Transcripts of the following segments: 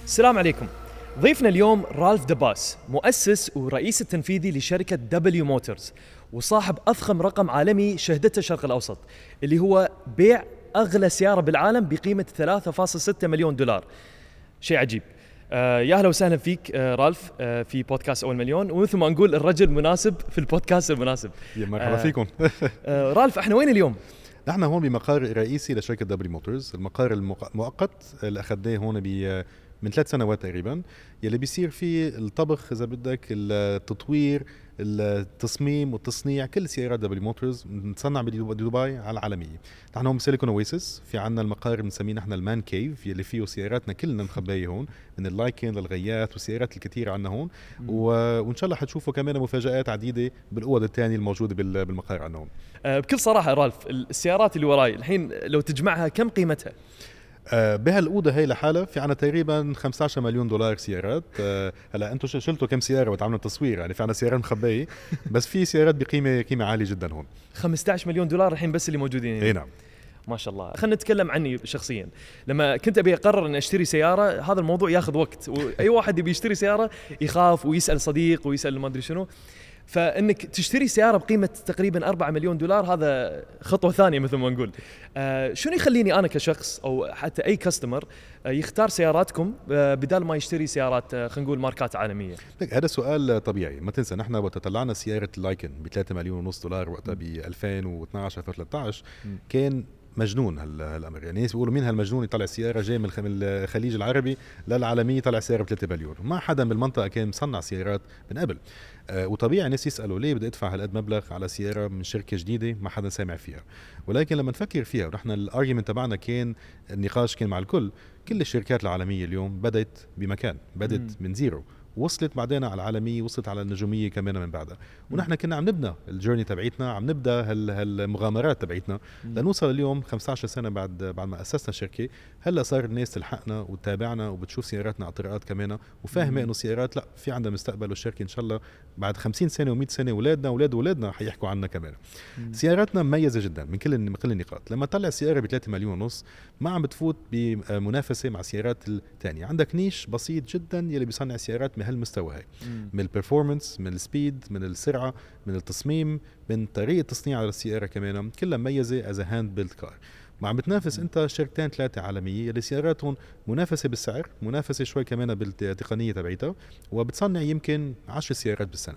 السلام عليكم. ضيفنا اليوم رالف دباس، مؤسس ورئيس التنفيذي لشركة دبليو موتورز، وصاحب أفخم رقم عالمي شهدته الشرق الأوسط، اللي هو بيع أغلى سيارة بالعالم بقيمة 3.6 مليون دولار. شيء عجيب. يا أهلا وسهلا فيك رالف في بودكاست أول مليون، ومثل ما نقول الرجل مناسب في البودكاست المناسب. يا مرحبا فيكم. رالف، احنا وين اليوم؟ نحن هون بمقر رئيسي لشركة دبليو موتورز، المقر المؤقت اللي أخذناه هون من 3 سنوات تقريبا، يلي بيصير فيه الطبخ إذا بدك، التطوير، التصميم والتصنيع كل سيارات دبليو موتورز نتصنع بدبي على العالمية. نحن هون بسيليكون اويسيس، في عنا المقر بنسميه نحن المان كيف، يلي فيه سياراتنا كلنا مخباية هون، من اللايكن للغيات والسيارات الكثيرة عنا هون. وإن شاء الله حتشوفوا كمان مفاجآت عديدة بالأوض الثانية الموجودة بالمقر عنا هون. بكل صراحة رالف، السيارات اللي وراي الحين لو تجمعها كم قيمتها؟ بهالأوضة هي لحالها في عنا تقريبا 15 مليون دولار سيارات. هلا انتم شلتوا كم سيارة وتعملوا تصوير، يعني في عنا سيارات مخبية بس في سيارات قيمة عالية جدا هون. 15 مليون دولار الحين بس اللي موجودين هنا. اي نعم. ما شاء الله. خلينا نتكلم عني شخصيا. لما كنت ابي اقرر ان اشتري سياره، هذا الموضوع ياخذ وقت، واي واحد يبي يشتري سياره يخاف ويسال صديق ويسال ما ادري شنو. فانك تشتري سياره بقيمه تقريبا 4 مليون دولار، هذا خطوه ثانيه مثل ما نقول. شنو يخليني انا كشخص او حتى اي كاستمر يختار سياراتكم بدال ما يشتري سيارات خلينا نقول ماركات عالميه؟ هذا سؤال طبيعي. ما تنسى نحن وقت طلعنا سياره اللايكن ب 3 مليون ونص دولار وقتها ب 2012 2013 كان مجنون هالامر. يعني الناس بيقولوا مين هالمجنون يطلع سياره جاي من الخليج العربي للعالميه يطلع سياره ب 3 مليون؟ ما حدا بالمنطقه كان مصنع سيارات من قبل. وطبيعي الناس يسالوا ليه بدي ادفع هالقد مبلغ على سياره من شركه جديده ما حدا سامع فيها. ولكن لما نفكر فيها، ونحن الارجيومنت تبعنا كان، النقاش كان مع الكل، كل الشركات العالميه اليوم بدت بمكان، بدت من زيرو، وصلت بعدين على العالمية، وصلت على النجومية كمان من بعدها. ونحن كنا عم نبنى الجيرني تبعيتنا، عم نبدأ هالمغامرات تبعيتنا لنوصل اليوم 15 سنة بعد ما أسسنا الشركة. هلا صار الناس تلحقنا وتتابعنا وبتشوف سياراتنا على الطرقات كمان، وفاهمة إنه سيارات لا، في عندها مستقبل، والشركة إن شاء الله بعد 50 سنة و100 سنة أولادنا وأولادنا حيحكوا عننا كمان. سياراتنا مميزة جدا من كل النقاط. لما طلع سيارة ب 3 مليون ونص ما عم بتفوت بمنافسة مع سيارات الثانية. عندك نيش بسيط جدا يلي بيصنع سيارات من هالمستوى هاي، من البرفورمانس، من السبيد، من السرعة، من التصميم، من طريقة تصنيع على السيارة كمان، كلها مميزة as a hand built car. ما عم بتنافس انت شركتين 3 عالميه اللي سياراتهم منافسه بالسعر، منافسه شوي كمان بالتقنيه تبعيتها، وبتصنع يمكن 10 سيارات بالسنه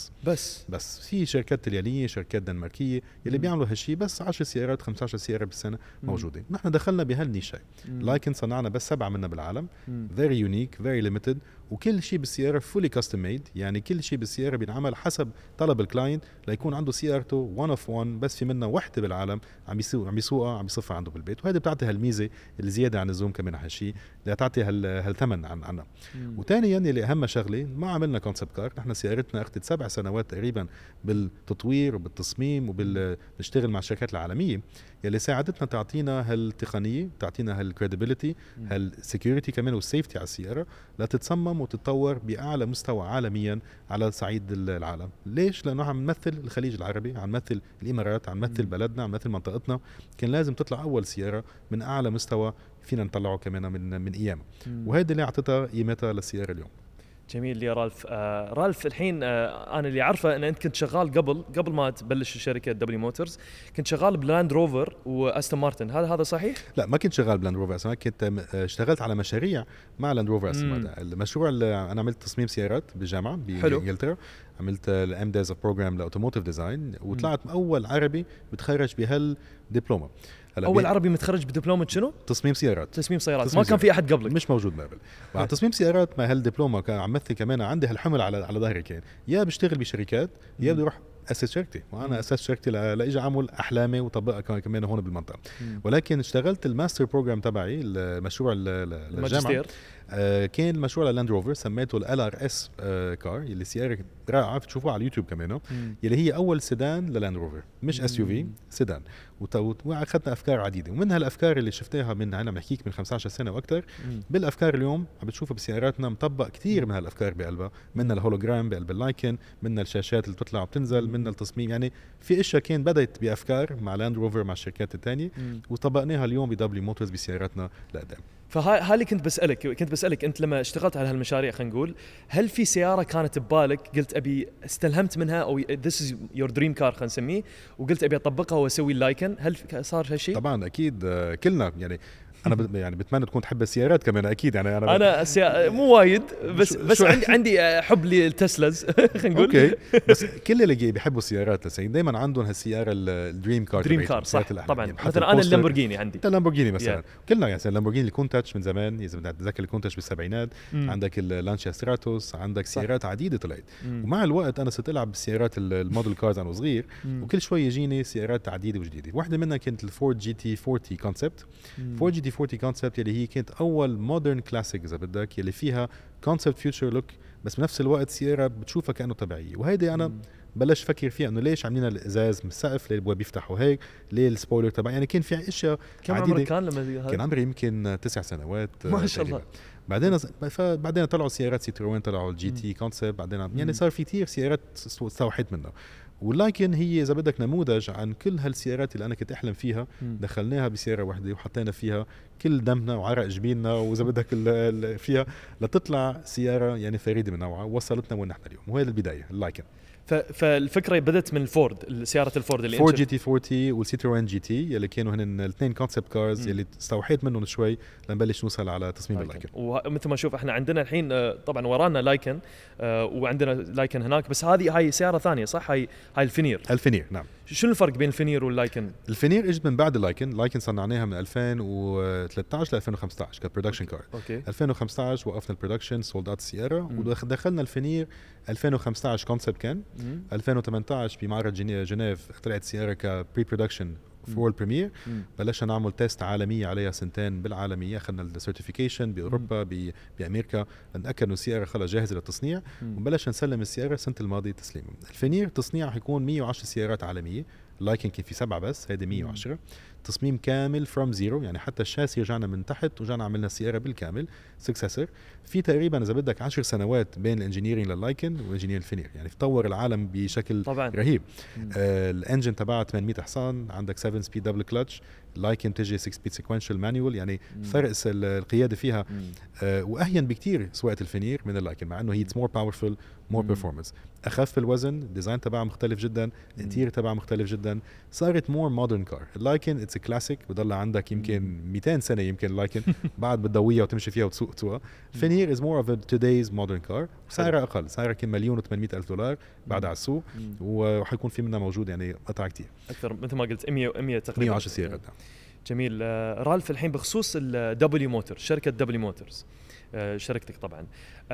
بس في شركات طليانيه، شركات دنماركيه اللي بيعملوا هالشيء، بس 10 سيارات 15 سياره بالسنه موجوده. نحن دخلنا بهالنيشه، لكن صنعنا بس 7 منها بالعالم، very unique very limited، وكل شيء بالسياره fully custom made. يعني كل شيء بالسياره بينعمل حسب طلب الكلاينت ليكون عنده سيارته one of one، بس في منها وحده بالعالم عم يسوقها عم يصفها عنده بالبيت. وهذا بتعطي هالميزه اللي زياده عن اللزوم كمان هالشيء، اللي تعطي هالثمن عنا. وثانيا اللي اهم شغله، ما عملنا كونسبت كار. نحن سيارتنا اخذت 7 سنوات تقريبا بالتطوير وبالتصميم وبنشتغل مع الشركات العالميه يلي ساعدتنا تعطينا هالتقنيه، تعطينا هالكريديبيليتي، هالسكيورتي كمان والسيفتي على السياره، لتتصمم وتتطور باعلى مستوى عالميا على صعيد العالم. ليش؟ لانه عم نمثل الخليج العربي، عم نمثل الامارات، عم نمثل بلدنا، عم نمثل منطقتنا. كان لازم تطلع اول سياره من اعلى مستوى فينا نطلعه كمان من ايام، وهيدا اللي اعطتها قيمتها للسياره اليوم. جميل يا رالف. رالف الحين انا اللي عارفه ان انت كنت شغال قبل ما تبلش شركه دبليو موتورز، كنت شغال بلاند روفر واستون مارتن، هذا صحيح؟ لا، ما كنت شغال بلاند روفر اصلا. كنت اشتغلت على مشاريع مع لاند روفر استون مارتن. المشروع اللي انا عملت تصميم سيارات بالجامعه بانجلترا، عملت الام ديز بروجرام لاوتوموتيف ديزاين، وطلعت اول عربي بتخرج بهالدبلومه. اول عربي متخرج بدبلومه شنو؟ تصميم سيارات. ما كان في احد قبلك، مش موجود قبل. بعد تصميم سيارات مع هالدبلومه كان عم مثل كمان عندي هالحمل على ظهري، كان يا بشتغل بشركات يا بدي اروح اسس شركتي. وانا اسست شركتي لاجي اعمل احلامي وطبقها كمان هون بالمنطقه. ولكن اشتغلت الماستر بروجرام تبعي، المشروع الجامعه، كان المشروع للاند روفر، سميته LRS كار، اللي سياره رائعه بتشوفوها على اليوتيوب كمان، اللي هي اول سيدان للاند روفر، مش SUV، سيدان. واخذنا افكار عديده، ومن هالافكار اللي شفتها انا بحكيك من 15 سنه واكثر، بالافكار اليوم عم بتشوفها بسياراتنا مطبق كثير من هالافكار بقلبها، منها الهولوجرام بقلب اللايكن، منها الشاشات اللي بتطلع وبتنزل، منها التصميم. يعني في اشياء كان بدأت بافكار مع لاند روفر مع الشركات الثانيه، وطبقناها اليوم بدبليو موتورز بسياراتنا لقدام. فهالي كنت بسألك أنت لما اشتغلت على هالمشاريع، خلينا نقول، هل في سيارة كانت ببالك قلت أبي استلهمت منها أو this is your dream car خلينا نسميه، وقلت أبي أطبقها وأسوي اللايكن؟ هل صار هالشيء؟ طبعا اكيد، كلنا يعني انا يعني بتمنى تكون تحب السيارات كمان اكيد. يعني انا مو وايد بس عندي حب للتسلاز خلينا نقول. اوكي بس كل اللي بيحبوا السيارات لسه دايما عندهم هالسياره الدريم كار. دريم كار صح طبعا. يعني مثلا انا اللامبورجيني عندي، اللامبورجيني مثلا كلنا يعني اللامبورجيني الكونتاج من زمان، اذا بدك تتذكر الكونتاج بالسبعينات، عندك اللانشيا ستراتوس، عندك سيارات عديده طلعت. ومع الوقت انا صرت العب بالسيارات الموديل كارز انا وصغير، وكل شوي يجيني سيارات عديده وجديده. واحده منها كانت الفورد جي تي 40 كونسبت. فورد جي تي 40 كونسبت اللي هي كانت اول مودرن كلاسيك اذا بدك، اللي فيها كونسبت فيوتشر لوك، بس بنفس الوقت سياره بتشوفها كانه طبيعيه. وهيدي انا بلش فكر فيها انه ليش عاملين الازاز من السقف، ليه الابواب بيفتحوا هيك، ليه السبويلر تبع. يعني كان في اشياء كم عديده. عمرك كان لما كان عمري يمكن 9 سنوات ما شاء الله. بعدين طلعوا سيارات سيتروين، طلعوا الجي تي كونسبت، بعدين يعني صار في كثير سيارات استوحيت منها. واللايكن هي اذا بدك نموذج عن كل هالسيارات اللي انا كنت احلم فيها، دخلناها بسياره واحده وحطينا فيها كل دمنا وعرق جبيننا واذا بدك فيها لتطلع سياره يعني فريده من نوعها، وصلتنا وين نحن اليوم. وهي البدايه اللايكن. فالفكره بدت من الفورد، سياره الفورد اللي فورد جي تي 40 والسيتروين جي تي اللي كانوا هن الاثنين كونسبت كارز اللي استوحيت منهم شوي لنبلش نوصل على تصميم اللايكن. ومثل ما نشوف احنا عندنا الحين طبعا ورانا لايكن، وعندنا لايكن هناك، بس هاي سياره ثانيه صح؟ هاي الفينير نعم. شنو الفرق بين الفينير واللايكن؟ الفينير اجت من بعد اللايكن صنعناها من 2013 ل 2015 كبرودكشن كار. 2015 وقفنا البرودكشن، سولد اوت السياره، ودخلنا الفينير 2015 كونسبت كان. 2018 بمعرض جنيف طلعت سياره كبري برودكشن فور البريمير. بلشنا نعمل تيست عالميه عليها سنتين بالعالميه، اخذنا السيرتيفيكيشن باوروبا بامريكا لنتاكد انه السياره خلص جاهزه للتصنيع، وبلشنا نسلم السياره السنه الماضيه تسليم. الفينير تصنيع حيكون 110 سيارات عالميه، اللايكن كان في 7 بس، هيدي 110 تصميم كامل فروم زيرو. يعني حتى الشاسي رجعنا من تحت ورجعنا عملنا السياره بالكامل سكسسر. في تقريبا اذا بدك 10 سنوات بين الانجينيرينج لللايكن وانجينير الفينير، يعني تطور العالم بشكل طبعاً رهيب. الانجن تبعها 800 حصان، عندك 7 سبيد دبل كلتش. اللايكن تجي 6 سبيد سيكوينشال مانيوال، يعني فرق القياده فيها واهين بكتير سواقه الفينير من اللايكن، مع انه هي مور باورفul مور بيرفورمانس، اخف بالوزن، الديزاين تبعها مختلف جدا، الانتير تبعها مختلف جدا، صارت مور مودرن كار. اللايكن اتس كلاسيك، بضل عندك يمكن 200 سنه يمكن اللايكن بعد بتضويها وتمشي فيها وتسوقها. فينير از مور اوف تودايز مودرن كار، سعرها اقل، سعرها كان $1,800,000 بعد على السوق، وحيكون في منها موجود يعني قطع كتير اكثر مثل ما قلت 100 تقريبا 110 سيارات. جميل. رالف الحين بخصوص الدبليو موتور، شركه دبليو موتورز شركتك طبعا،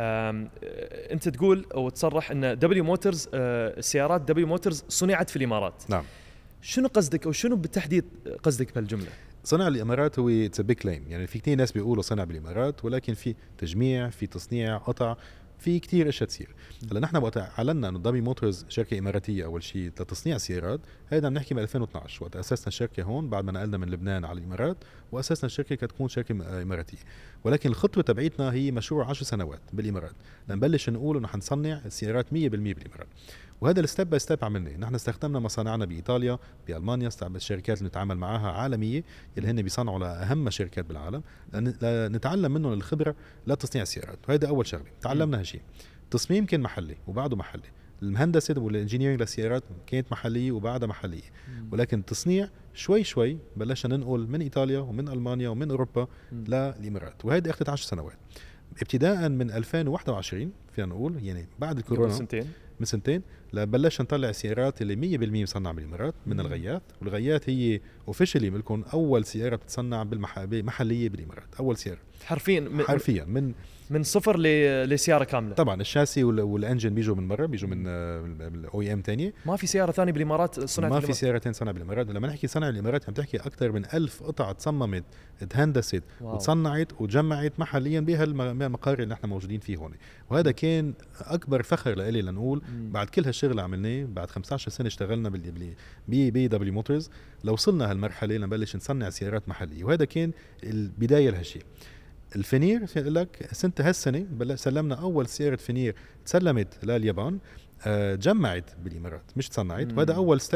انت تقول او تصرح ان دبليو موتورز السيارات دبليو موتورز صنعت في الامارات. نعم. شنو قصدك او شنو بالتحديد قصدك بهالجمله؟ صنع الامارات هو اتس بيج كليم، يعني في كثير ناس بيقولوا صنع بالامارات، ولكن في تجميع، في تصنيع قطع، في كتير اشياء تصير. هلا نحن وقت اعلنا انه دبليو موتورز شركه اماراتيه اول شيء لتصنيع سيارات، هيدا بنحكي من 2012 وقت اسسنا الشركه هون بعد ما نقلنا من لبنان على الامارات، واسسنا الشركه كتكون شركه اماراتيه. ولكن الخطوه تبعيتنا هي مشروع 10 سنوات بالامارات لنبلش نقول انه حنصنع السيارات 100% بالامارات. وهذا الستيب باي ستيب عملناه. نحن استخدمنا مصانعنا بايطاليا، بالمانيا، الشركات اللي نتعامل معها عالميه اللي هن بيصنعوا لاهم شركات بالعالم، لنتعلم منهم الخبره لتصنيع السيارات. وهذا اول شغله تعلمنا هالشيء. التصميم كان محلي وبعده محلي، المهندسه والانجينيرنج للسيارات كانت محليه وبعدها محليه، ولكن التصنيع شوي شوي بلشنا ننقل من ايطاليا ومن المانيا ومن اوروبا للامارات. وهذه اخذت 10 سنوات ابتداء من 2021 فينا نقول، يعني بعد الكورونا من سنتين لبلشنا نطلع سيارات اللي 100% مصنعه بالامارات من الغيات. والغيات هي اوفيشلي ملكون اول سياره بتصنع محليه بالامارات، اول سياره حرفيا من صفر لسياره كامله. طبعا الشاسي والانجن بيجوا من برا، بيجوا من الاو ام ثانيه. ما في سياره ثانيه بالامارات صنعت، ما في سيارتين صنع بالامارات. لما نحكي صنع بالامارات عم تحكي اكثر من 1000 قطعه تصممت، تهندست وتصنعت وجمعت محليا بهالمقر اللي نحن موجودين فيه هون. وهذا كان اكبر فخر لإلي لنقول بعد كل هالشغل اللي عملناه، بعد 15 سنه اشتغلنا بي دبليو موتورز لوصلنا هالمرحله لنبلش نصنع سيارات محليه. وهذا كان البدايه لهالشيء. الفينير اقول لك سنه هالسنه سلمنا اول سياره فينير تسلمت لليابان، جمعت بالامارات مش تصنعت. وهذا اول ستيب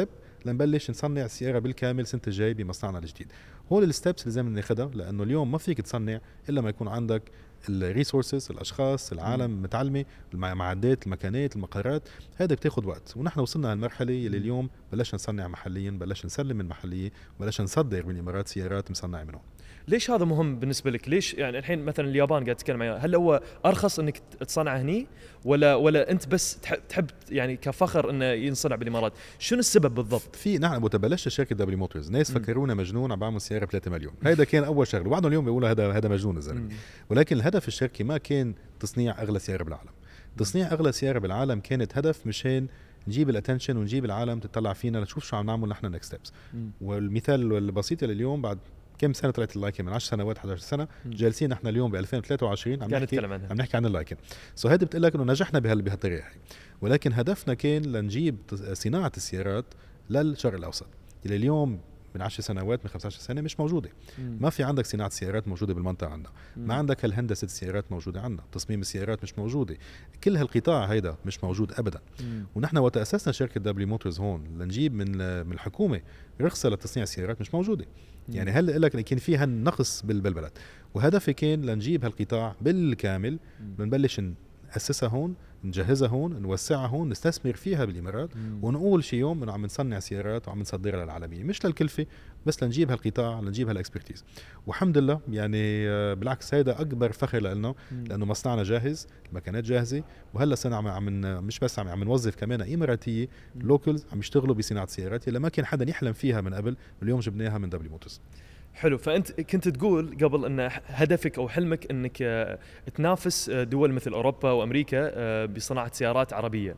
لنبلش نصنع السياره بالكامل سنه الجاي بمصنعنا الجديد. هول الستبس اللي لازم ناخذها، لانه اليوم ما فيك تصنع الا ما يكون عندك الريسورسز، الاشخاص، العالم متعلمه، المعدات، المكانات، المقرات. هذا بتاخذ وقت، ونحن وصلنا للمرحله اللي اليوم بلشنا نصنع محليا، بلشنا نسلم من محليه، بلشنا نصدر من الامارات سيارات مصنعه منهم. ليش هذا مهم بالنسبه لك؟ ليش يعني الحين مثلا اليابان قاعد تتكلم عنها، هل هو ارخص انك تصنع هني ولا انت بس تحب يعني كفخر انه ينصنع بالامارات؟ شنو السبب بالضبط؟ في نحن بلشت شركه دبليو موتورز، ناس فكرونا مجنون عم بعمل سياره ب 3 مليون، هذا كان اول شغله، وبعدهم اليوم بيقولوا هذا مجنون الزلمه. ولكن الهدف الشركه ما كان تصنيع اغلى سياره بالعالم. تصنيع اغلى سياره بالعالم كانت هدف مشان نجيب الاتنشن ونجيب العالم تطلع فينا لتشوف شو عم نعمل نحن نكست ستيبس. والمثال البسيط لليوم، بعد كم سنه طلعت اللايكن؟ من 10 سنوات 11 سنه، جالسين نحن اليوم ب 2023 عم نحكي عن اللايكن. سو هيدي بتقول لك انه نجحنا بهالطريقه هي. ولكن هدفنا كان لنجيب صناعه السيارات للشرق الاوسط اللي اليوم من 10 سنوات من 15 سنه مش موجوده. ما في عندك صناعه سيارات موجوده بالمنطقه عندنا، ما عندك هالهندسه السيارات موجوده عندنا، تصميم السيارات مش موجوده، كل هالقطاع هيدا مش موجود ابدا. ونحن وقت اسسنا شركه دبليو موتورز هون لنجيب من الحكومه رخصه لتصنيع السيارات مش موجوده. يعني هلا لك كان فيها نقص بالبلد، وهدفي كان لنجيب هالقطاع بالكامل، بنبلش نأسسها هون، نجهزها هون، نوسعها هون، نستثمر فيها بالإمارات، ونقول شي يوم إنه عم نصنع سيارات وعم نصدرها للعالمية، مش للكلفة بس لنجيب هالقطاع، لنجيب هالإكسبرتيز. والحمد لله يعني بالعكس هيدا أكبر فخر لنا، لأنه مصنعنا جاهز، المكانات جاهزة، وهلا صرنا مش بس عم نوظف كمان إماراتية لوكلز عم يشتغلوا بصناعة سيارات اللي ما كان حدا يحلم فيها من قبل، واليوم جبناها من دبليو موتورز. حلو. فأنت كنت تقول قبل أن هدفك أو حلمك أنك تنافس دول مثل أوروبا وأمريكا بصناعة سيارات عربية.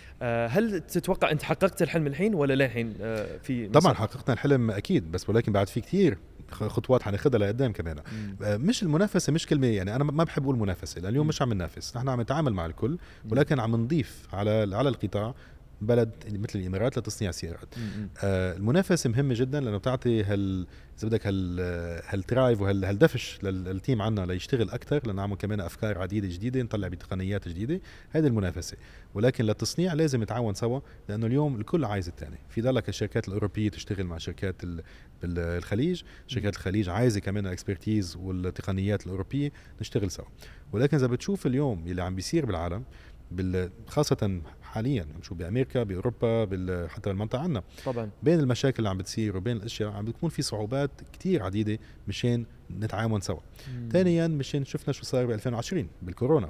هل تتوقع أنت حققت الحلم الحين ولا لا الحين في طبعا حققنا الحلم أكيد، بس ولكن بعد في كتير خطوات حناخدها لقدام كمان. مش المنافسة مش كلمة، يعني أنا ما بحب أقول منافسة، لأن اليوم مش عم ننافس، نحن عم نتعامل مع الكل، ولكن عم نضيف على القطاع بلد مثل الامارات لتصنيع سيارات. المنافسه مهمه جدا، لانه بتعطي اذا بدك هالترايف وهالدفش للتيم عنا ليشتغل اكثر، لنعمل كمان افكار عديده جديده، نطلع بتقنيات جديده. هذه المنافسه. ولكن للتصنيع لازم نتعاون سوا، لانه اليوم الكل عايز الثاني. في ضلك الشركات الاوروبيه تشتغل مع شركات بالخليج، شركات الخليج عايزه كمان الاكسبرتيز والتقنيات الاوروبيه، نشتغل سوا. ولكن اذا بتشوف اليوم اللي عم بيصير بالعالم، خاصة حاليا شو بأمريكا بأوروبا حتى المنطقة عنا، طبعا بين المشاكل اللي عم بتصير وبين الأشياء عم بتكون في صعوبات كتير عديدة مشان نتعاون سوا. ثانيا مشان شفنا شو صار ب 2020 بالكورونا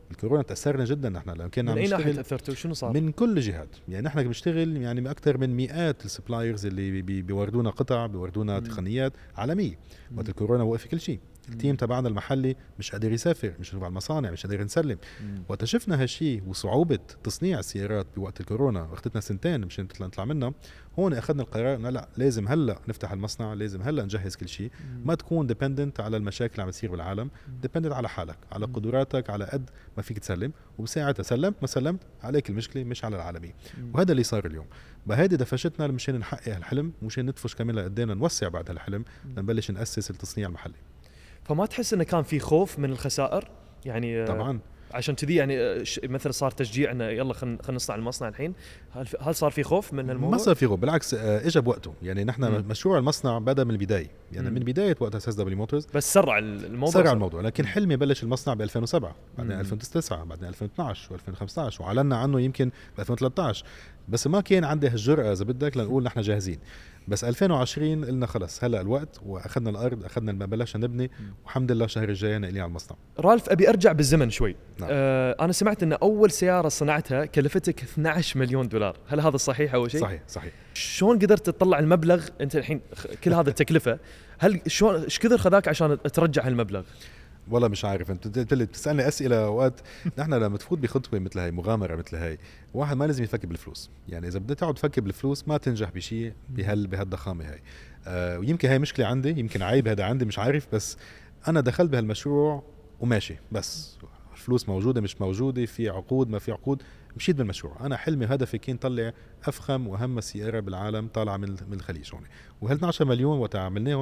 تأثرنا جدا نحن، لأن كنا من أي ناحية تأثرتوا؟ شنو صار؟ من كل جهات. يعني نحن بنشتغل يعني من أكثر من مئات السبلايرز اللي بيوردونا قطع، بيوردونا تقنيات عالمية. وقت الكورونا وقف كل شيء. التيم تبعنا المحلي مش قادر يسافر، مش قادر على المصانع، مش قادر نسلم. وقت شفنا هالشيء وصعوبة تصنيع السيارات بوقت الكورونا، اخذتنا 2 سنين مشان نطلع منها، هون اخذنا القرار انه لا، لازم هلا نفتح المصنع، لازم هلا نجهز كل شيء، ما تكون ديبندنت على المشاكل اللي عم تصير بالعالم، ديبندنت على حالك، على قدراتك، على قد ما فيك تسلم، وبساعتها سلمت ما سلمت عليك المشكله مش على العالميه. وهذا اللي صار اليوم. بهيدي دفشتنا مشان نحقق الحلم، ومشان ندفش كمان لقدام نوسع بعد هالحلم، لنبلش نأسس التصنيع المحلي. فما تحس انه كان في خوف من الخسائر؟ يعني طبعا عشان كذي يعني مثلا صار تشجيع انه يلا خلينا نصنع المصنع الحين. هل صار في خوف من الموضوع؟ ما صار في خوف، بالعكس اجى بوقته. يعني نحن مشروع المصنع بدا من البدايه، يعني من بدايه وقت اساس دبليو موتورز، بس سرع الموضوع. لكن حلمي بلش المصنع ب 2007، بعدين 2009، بعدين 2012 و2015، وعلنا عنه يمكن ب 2013، بس ما كان عندي هالجرأة اذا بدك لنقول نحن جاهزين. بس 2020 قلنا خلص هلا الوقت، واخذنا الارض، اخذنا بلشنا نبني، والحمد لله الشهر الجاي نقلي على المصنع. رالف، ابي ارجع بالزمن شوي. نعم. انا سمعت ان اول سياره صنعتها كلفتك 12 مليون دولار، هل هذا صحيح اول شيء؟ صحيح. شلون قدرت تطلع المبلغ انت الحين كل هذا التكلفه؟ هل شلون ايش كثر خذاك عشان ترجع هالمبلغ؟ والله مش عارف. انت بتسالني اسئله اوقات نحن لما تفوت بخطوه مثل هاي، مغامره مثل هاي، واحد ما لازم يفكر بالفلوس. يعني اذا بدك تقعد تفكر بالفلوس ما تنجح بشيء بهالضخامه هاي. ويمكن هاي مشكله عندي، يمكن عيب هذا عندي، مش عارف. بس انا دخلت بهالمشروع وماشي، بس الفلوس موجوده مش موجوده، في عقود ما في عقود، مشيت بالمشروع. انا حلمي هدفي كان طلع افخم واهم سياره بالعالم طالعه من الخليج هون. وهال 12 مليون وقت عملناهم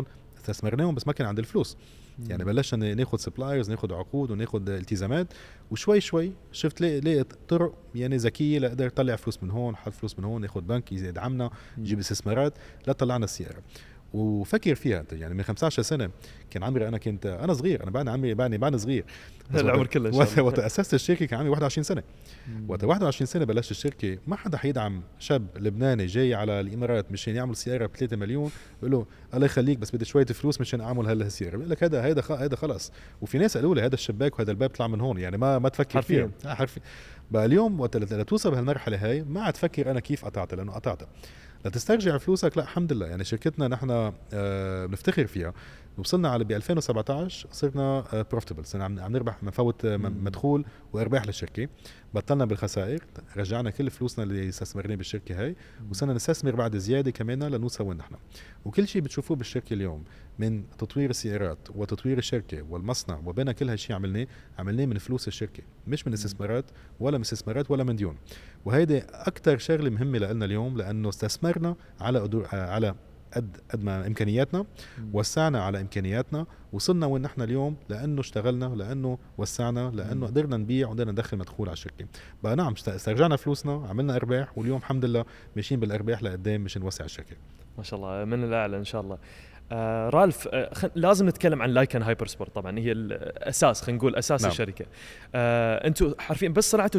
استثمرناهم بس ما كان عند الفلوس. يعني بلشنا ناخد سبلايرز، ناخد عقود وناخد التزامات، وشوي شوي شفت لقيت طرق يعني ذكيه لاقدر اطلع فلوس من هون، حط فلوس من هون، ناخد بنك يدعمنا، يجيب استثمارات لطلعنا السياره. وفكر فيها انت يعني من 15 سنه كان عمري، انا كنت انا صغير، انا بعد صغير العمر كله ان شاء الله. وقت اسست الشركه كان عمري 21 سنه. وقت 21 سنه بلشت الشركه، ما حدا حيدعم شاب لبناني جاي على الامارات مشان يعمل سياره ب 3 مليون يقول له الله يخليك بس بدي شويه فلوس مشان اعمل هالسياره. بقول لك هذا خلص. وفي ناس قالوا لي هذا الشباك وهذا الباب طلع من هون، يعني ما تفكر فيها حرفيا. بقى اليوم وقت توصل بهالمرحله هاي ما عاد تفكر انا كيف قطعتها، لانه قطعتها لتسترجع فلوسك. لا الحمد لله يعني شركتنا نحن بنفتخر فيها. وصلنا على ب 2017 صرنا بروفيتبل، صرنا عم نربح، مفوت مدخول وارباح للشركه، بطلنا بالخسائر، رجعنا كل فلوسنا اللي استثمرناه بالشركه هاي، وصرنا نستثمر بعد زياده كمان لنوصل وين نحن. وكل شيء بتشوفوه بالشركه اليوم من تطوير السيارات وتطوير الشركه والمصنع وبين كل هالشيء عملناه من فلوس الشركه، مش من استثمارات ولا من ديون. وهيدي اكثر شغله مهمه لنا اليوم، لانه استثمرنا على قد ما امكانياتنا، وسعنا على امكانياتنا، وصلنا وين نحن اليوم لانه اشتغلنا، لانه وسعنا، لانه قدرنا نبيع وقدرنا ندخل مدخول على الشركه. بقى نعم استرجعنا فلوسنا، عملنا ارباح، واليوم الحمد لله ماشيين بالارباح لقدام مش نوسع الشركه. ما شاء الله، من الاعلى ان شاء الله. رالف، لازم نتكلم عن لايكن هايبر سبورت. طبعا هي الاساس، خلينا نقول اساس. نعم. الشركه. انتم حرفيا بس صنعتوا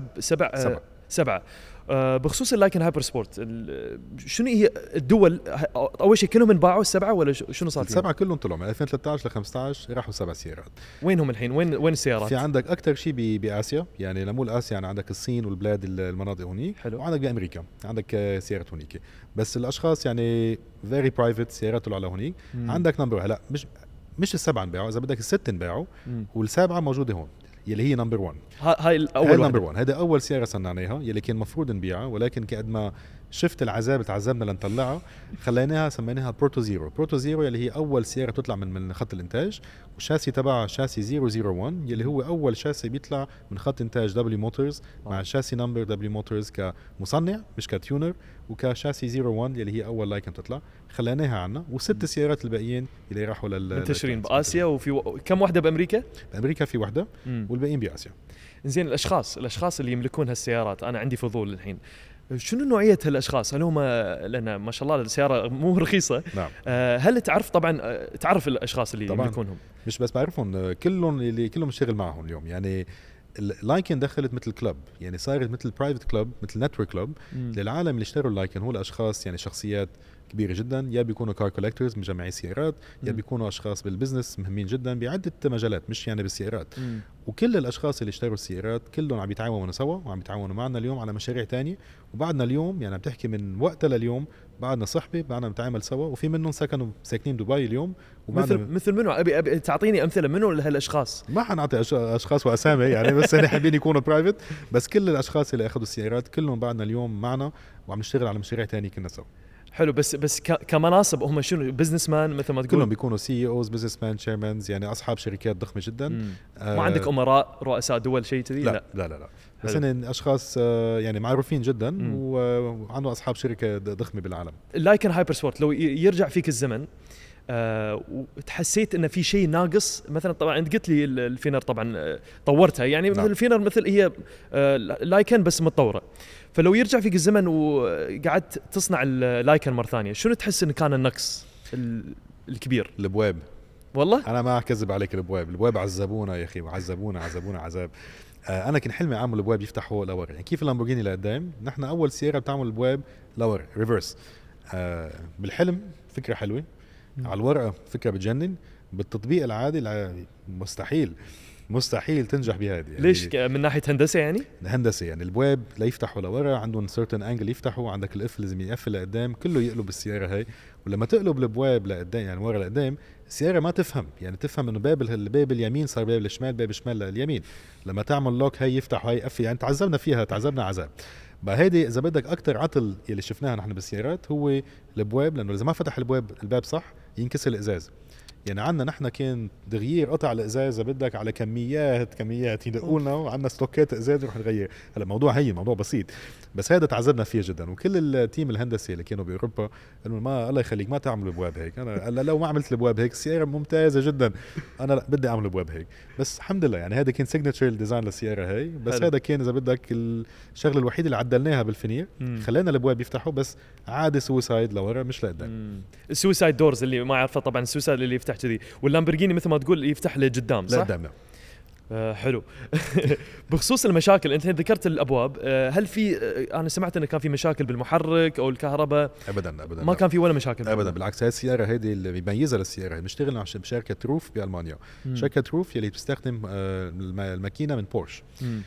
سبعة. بخصوص اللايكن هايبر سبورت، شنو هي الدول؟ اول شيء كلهم انباعوا السبعه ولا شنو صار فيهم؟ السبعه كلهم طلعوا من 2013 ل 15 راحوا 7 سيارات. وينهم الحين؟ وين السيارات؟ في عندك اكثر شيء باسيا، يعني لمول اسيا يعني عندك الصين والبلاد المناطق هونيك. حلو. وعندك بامريكا عندك سيارات هونيك، بس الاشخاص يعني فيري برايفت سيارات طلعوا لهونيك. عندك نمبر، هلا مش السبعه انباعوا، اذا بدك الست انباعوا، والسابعه موجوده هون يلي هي نمبر 1. هاي الاول نمبر 1. هذا اول سياره صنعناها يلي كان مفروض نبيعها، ولكن قد ما شفت العذاب اللي تعذبنا لنطلعها خليناها سميناها بروتو زيرو يلي هي اول سياره تطلع من خط الانتاج. والشاسي تبعها شاسي 001 يلي هو اول شاسي بيطلع من خط انتاج دبليو موتورز، مع شاسي نمبر دبليو موتورز كمصنع مش كتيونر، وكشاسي 01 يلي هي اول لايكن تطلع. خليناها عنا، وست سيارات الباقيين اللي راحوا منتشرين باسيا. وفي كم واحده بامريكا في واحده، والباقيين باسيا. زين، الاشخاص اللي يملكون هالسيارات، انا عندي فضول الحين، شنو نوعيه هالاشخاص؟ هل هم، لان ما شاء الله السياره مو رخيصه. نعم. هل تعرف طبعا تعرف الاشخاص اللي طبعاً يملكونهم؟ مش بس بعرفهم، كلهم اشتغل معهم اليوم. يعني اللايكن دخلت مثل كلب، يعني صارت مثل برايفت كلب، مثل نتورك كلب للعالم اللي اشتروا اللايكن. هو الاشخاص يعني شخصيات كبيره جدا، يا بيكونوا كار كولكتورز مجمعي سيارات، يا بيكونوا اشخاص بالبزنس مهمين جدا بعده مجالات، مش يعني بالسيارات. وكل الاشخاص اللي اشتروا السيارات كلهم عم يتعاونوا سوا، وعم يتعاونوا معنا اليوم على مشاريع تانية. وبعدنا اليوم يعني عم تحكي من وقتها لليوم بعدنا صحبه، بعدنا نتعامل سوا، وفي منهم ساكنين دبي اليوم. مثل منو؟ ابي تعطيني امثله منو هالاشخاص. ما حنعطي اشخاص واسامي يعني، بس احنا حابين يكونوا برايفت. بس كل الاشخاص اللي اخذوا السيارات كلهم بعدنا اليوم معنا، وعم نشتغل على مشاريع تانية كنا سوا. حلو. بس كمناصب هم شنو؟ بزنس مان مثل ما تقول؟ كلهم بيكونوا سي اوز، بزنس مان، شيرمانز، يعني اصحاب شركات ضخمه جدا. ما عندك امراء، رؤساء دول، شيء كذي؟ لا. بس هن اشخاص يعني معروفين جدا، وعنده اصحاب شركه ضخمه بالعالم. اللايكن هايبر سبورت لو يرجع فيك الزمن وتحسيت ان في شيء ناقص، مثلا طبعا انت قلت لي الفينر طبعا طورتها، يعني مثل الفينر مثل هي لايكن بس متطوره. فلو يرجع فيك الزمن وقعدت تصنع اللايكن مره ثانيه، شنو تحس انه كان النقص الكبير؟ الابواب. والله انا ما اكذب عليك، الابواب عذبونا يا اخي، عذبونا عذاب. انا كان حلمي اعمل الابواب يفتحوا لورا، يعني كيف اللامبورجيني لقدام. نحن اول سياره بتعمل الابواب لورا ريفرس. بالحلم فكره حلوه، على الورقه فكره بتجنن، بالتطبيق العادي مستحيل تنجح بهذه. يعني ليش؟ من ناحيه هندسه يعني الابواب لا يفتحوا لورا، عندهم سيرتن انجل يفتحوا، عندك القفل لازم يقفل لقدام، كله يقلب السياره هاي. ولما تقلب الابواب لقدام يعني ورا لقدام، السياره ما تفهم، يعني تفهم انه الباب اليمين صار باب الشمال، باب الشمال لليمين. لما تعمل لوك هاي يفتح وهي يقفل، يعني تعذبنا عذاب. بقى هيدي اذا بدك اكثر عطل يلي شفناها نحن بالسيارات هو الابواب، لانه اذا ما فتح الباب صح ينكسر الازاز. يعني عندنا نحن كان تغيير قطع الازاز بدك على كميات يدقولنا وعندنا ستوكات ازاز رح نغير. هلا الموضوع هي موضوع بسيط، بس هذا تعذبنا فيه جدا. وكل التيم الهندسي اللي كانوا باوروبا قالوا ما الله يخليك ما تعملوا ابواب هيك. انا لو ما عملت الابواب هيك السياره ممتازه جدا، انا لا بدي اعمل ابواب هيك. بس الحمد لله يعني هذا كان سيجنتشر الديزاين للسياره هي. بس حلو. هذا كان اذا بدك الشغله الوحيده اللي عدلناها بالفينير، خلينا الابواب يفتحوا بس عادي سويسايد لورا مش لقدام. السويسايد دورز اللي ما يعرفه طبعا، السويسايد اللي يفتح كذي، واللامبرجيني مثل ما تقول يفتح لقدام صح؟ لقدام. حلو. بخصوص المشاكل انت ذكرت الابواب، هل في انا سمعت انه كان في مشاكل بالمحرك او الكهرباء؟ ابدا ما كان في ولا مشاكل ابدا، بالعكس. هاي السياره هذه اللي بيميزها للسياره، بنشتغل مع بشركه روف بالمانيا. شركه روف يلي بتستخدم الماكينه من بورش.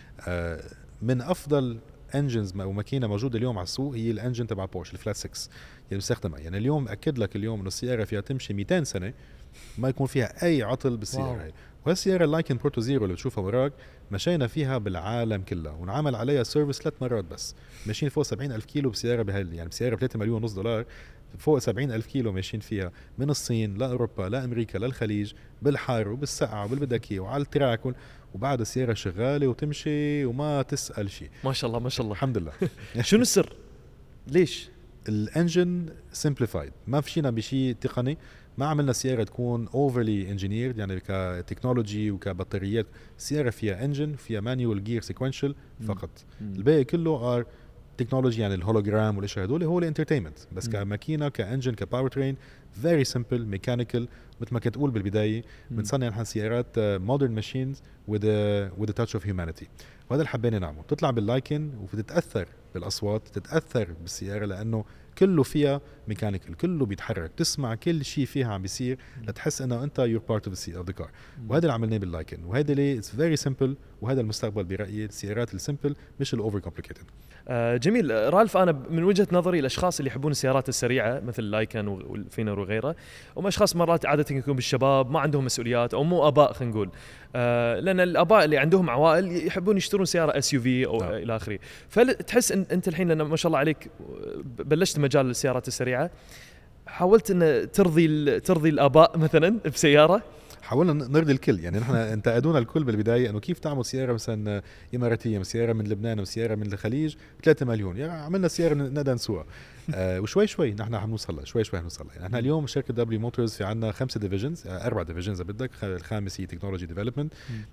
من افضل انجنز او ماكينه موجوده اليوم على السوق هي الانجن تبع بورش الفلات 6 اللي بنستخدمها. يعني اليوم اكد لك اليوم انه السياره فيها تمشي 200 سنه ما يكون فيها اي عطل بالسياره هاي. وهالسياره اللايكن بورتو زيرو اللي بتشوفها وراك مشينا فيها بالعالم كله ونعمل عليها سيرفيس 3 مرات بس. ماشيين فوق 70,000 كيلو بسياره يعني بسياره ب $3.5 مليون، فوق 70,000 كيلو ماشيين فيها من الصين لاوروبا لامريكا للخليج بالحار وبالسقعه وبالبدك اياه وعلى التراك، وبعد السياره شغاله وتمشي وما تسال شيء. ما شاء الله ما شاء الله. الحمد لله. شنو السر؟ ليش؟ الانجن سمبليفايد، ما فينا بشيء تقني. ما عملنا سيارة تكون overly engineered يعني كتكنولوجي وكبطاريات. السيارة فيها انجن، فيها مانيوال جير سيكونشال فقط. الباقي كله ار تكنولوجي، يعني الهولوجرام والاشياء هدول هو الانترتينمنت. بس كماكينة كانجن كباور ترين فيري سمبل ميكانيكال. مثل ما كنت اقول بالبداية بنصنع نحن سيارات مودرن ماشينز with a touch of humanity. وهذا اللي حبينا نعمله. تطلع باللايكن وتتأثر بالأصوات، تتأثر بالسيارة لأنه كله فيها ميكانيكال، كله بيتحرك، تسمع كل شيء فيها عم بيصير لتحس انه انت you're part of the car. وهذا اللي عملناه باللايكن، وهذا اللي it's very simple، وهذا المستقبل برأيي السيارات السيمبل مش الاوفر كومبليكيتد. جميل. رالف، انا من وجهة نظري الاشخاص اللي يحبون السيارات السريعه مثل اللايكن والفينر وغيره، هم اشخاص مرات عاده يكونوا بالشباب ما عندهم مسؤوليات او مو اباء خلينا نقول، لان الاباء اللي عندهم عوائل يحبون يشترون سياره SUV او الى اخره. فتحس انت الحين لان ما شاء الله عليك بلشت مجال السيارات السريعه، حاولت ان ترضي الاباء مثلا بسياره؟ حاولنا نرضي الكل. يعني نحن انتقدونا الكل بالبدايه انه كيف تعمل سياره مثلا اماراتيه، سياره من لبنان، سياره من الخليج 3 مليون. يعني عملنا سياره نقدر نسوقها. وشوي شوي نحن حنوصل لها، شوي حنوصل لها. يعني احنا اليوم شركه دبليو موتورز في عندنا 5 ديفيجنز، 4 ديفيجنز بدك. الخامس هي تكنولوجي ديفلوبمنت.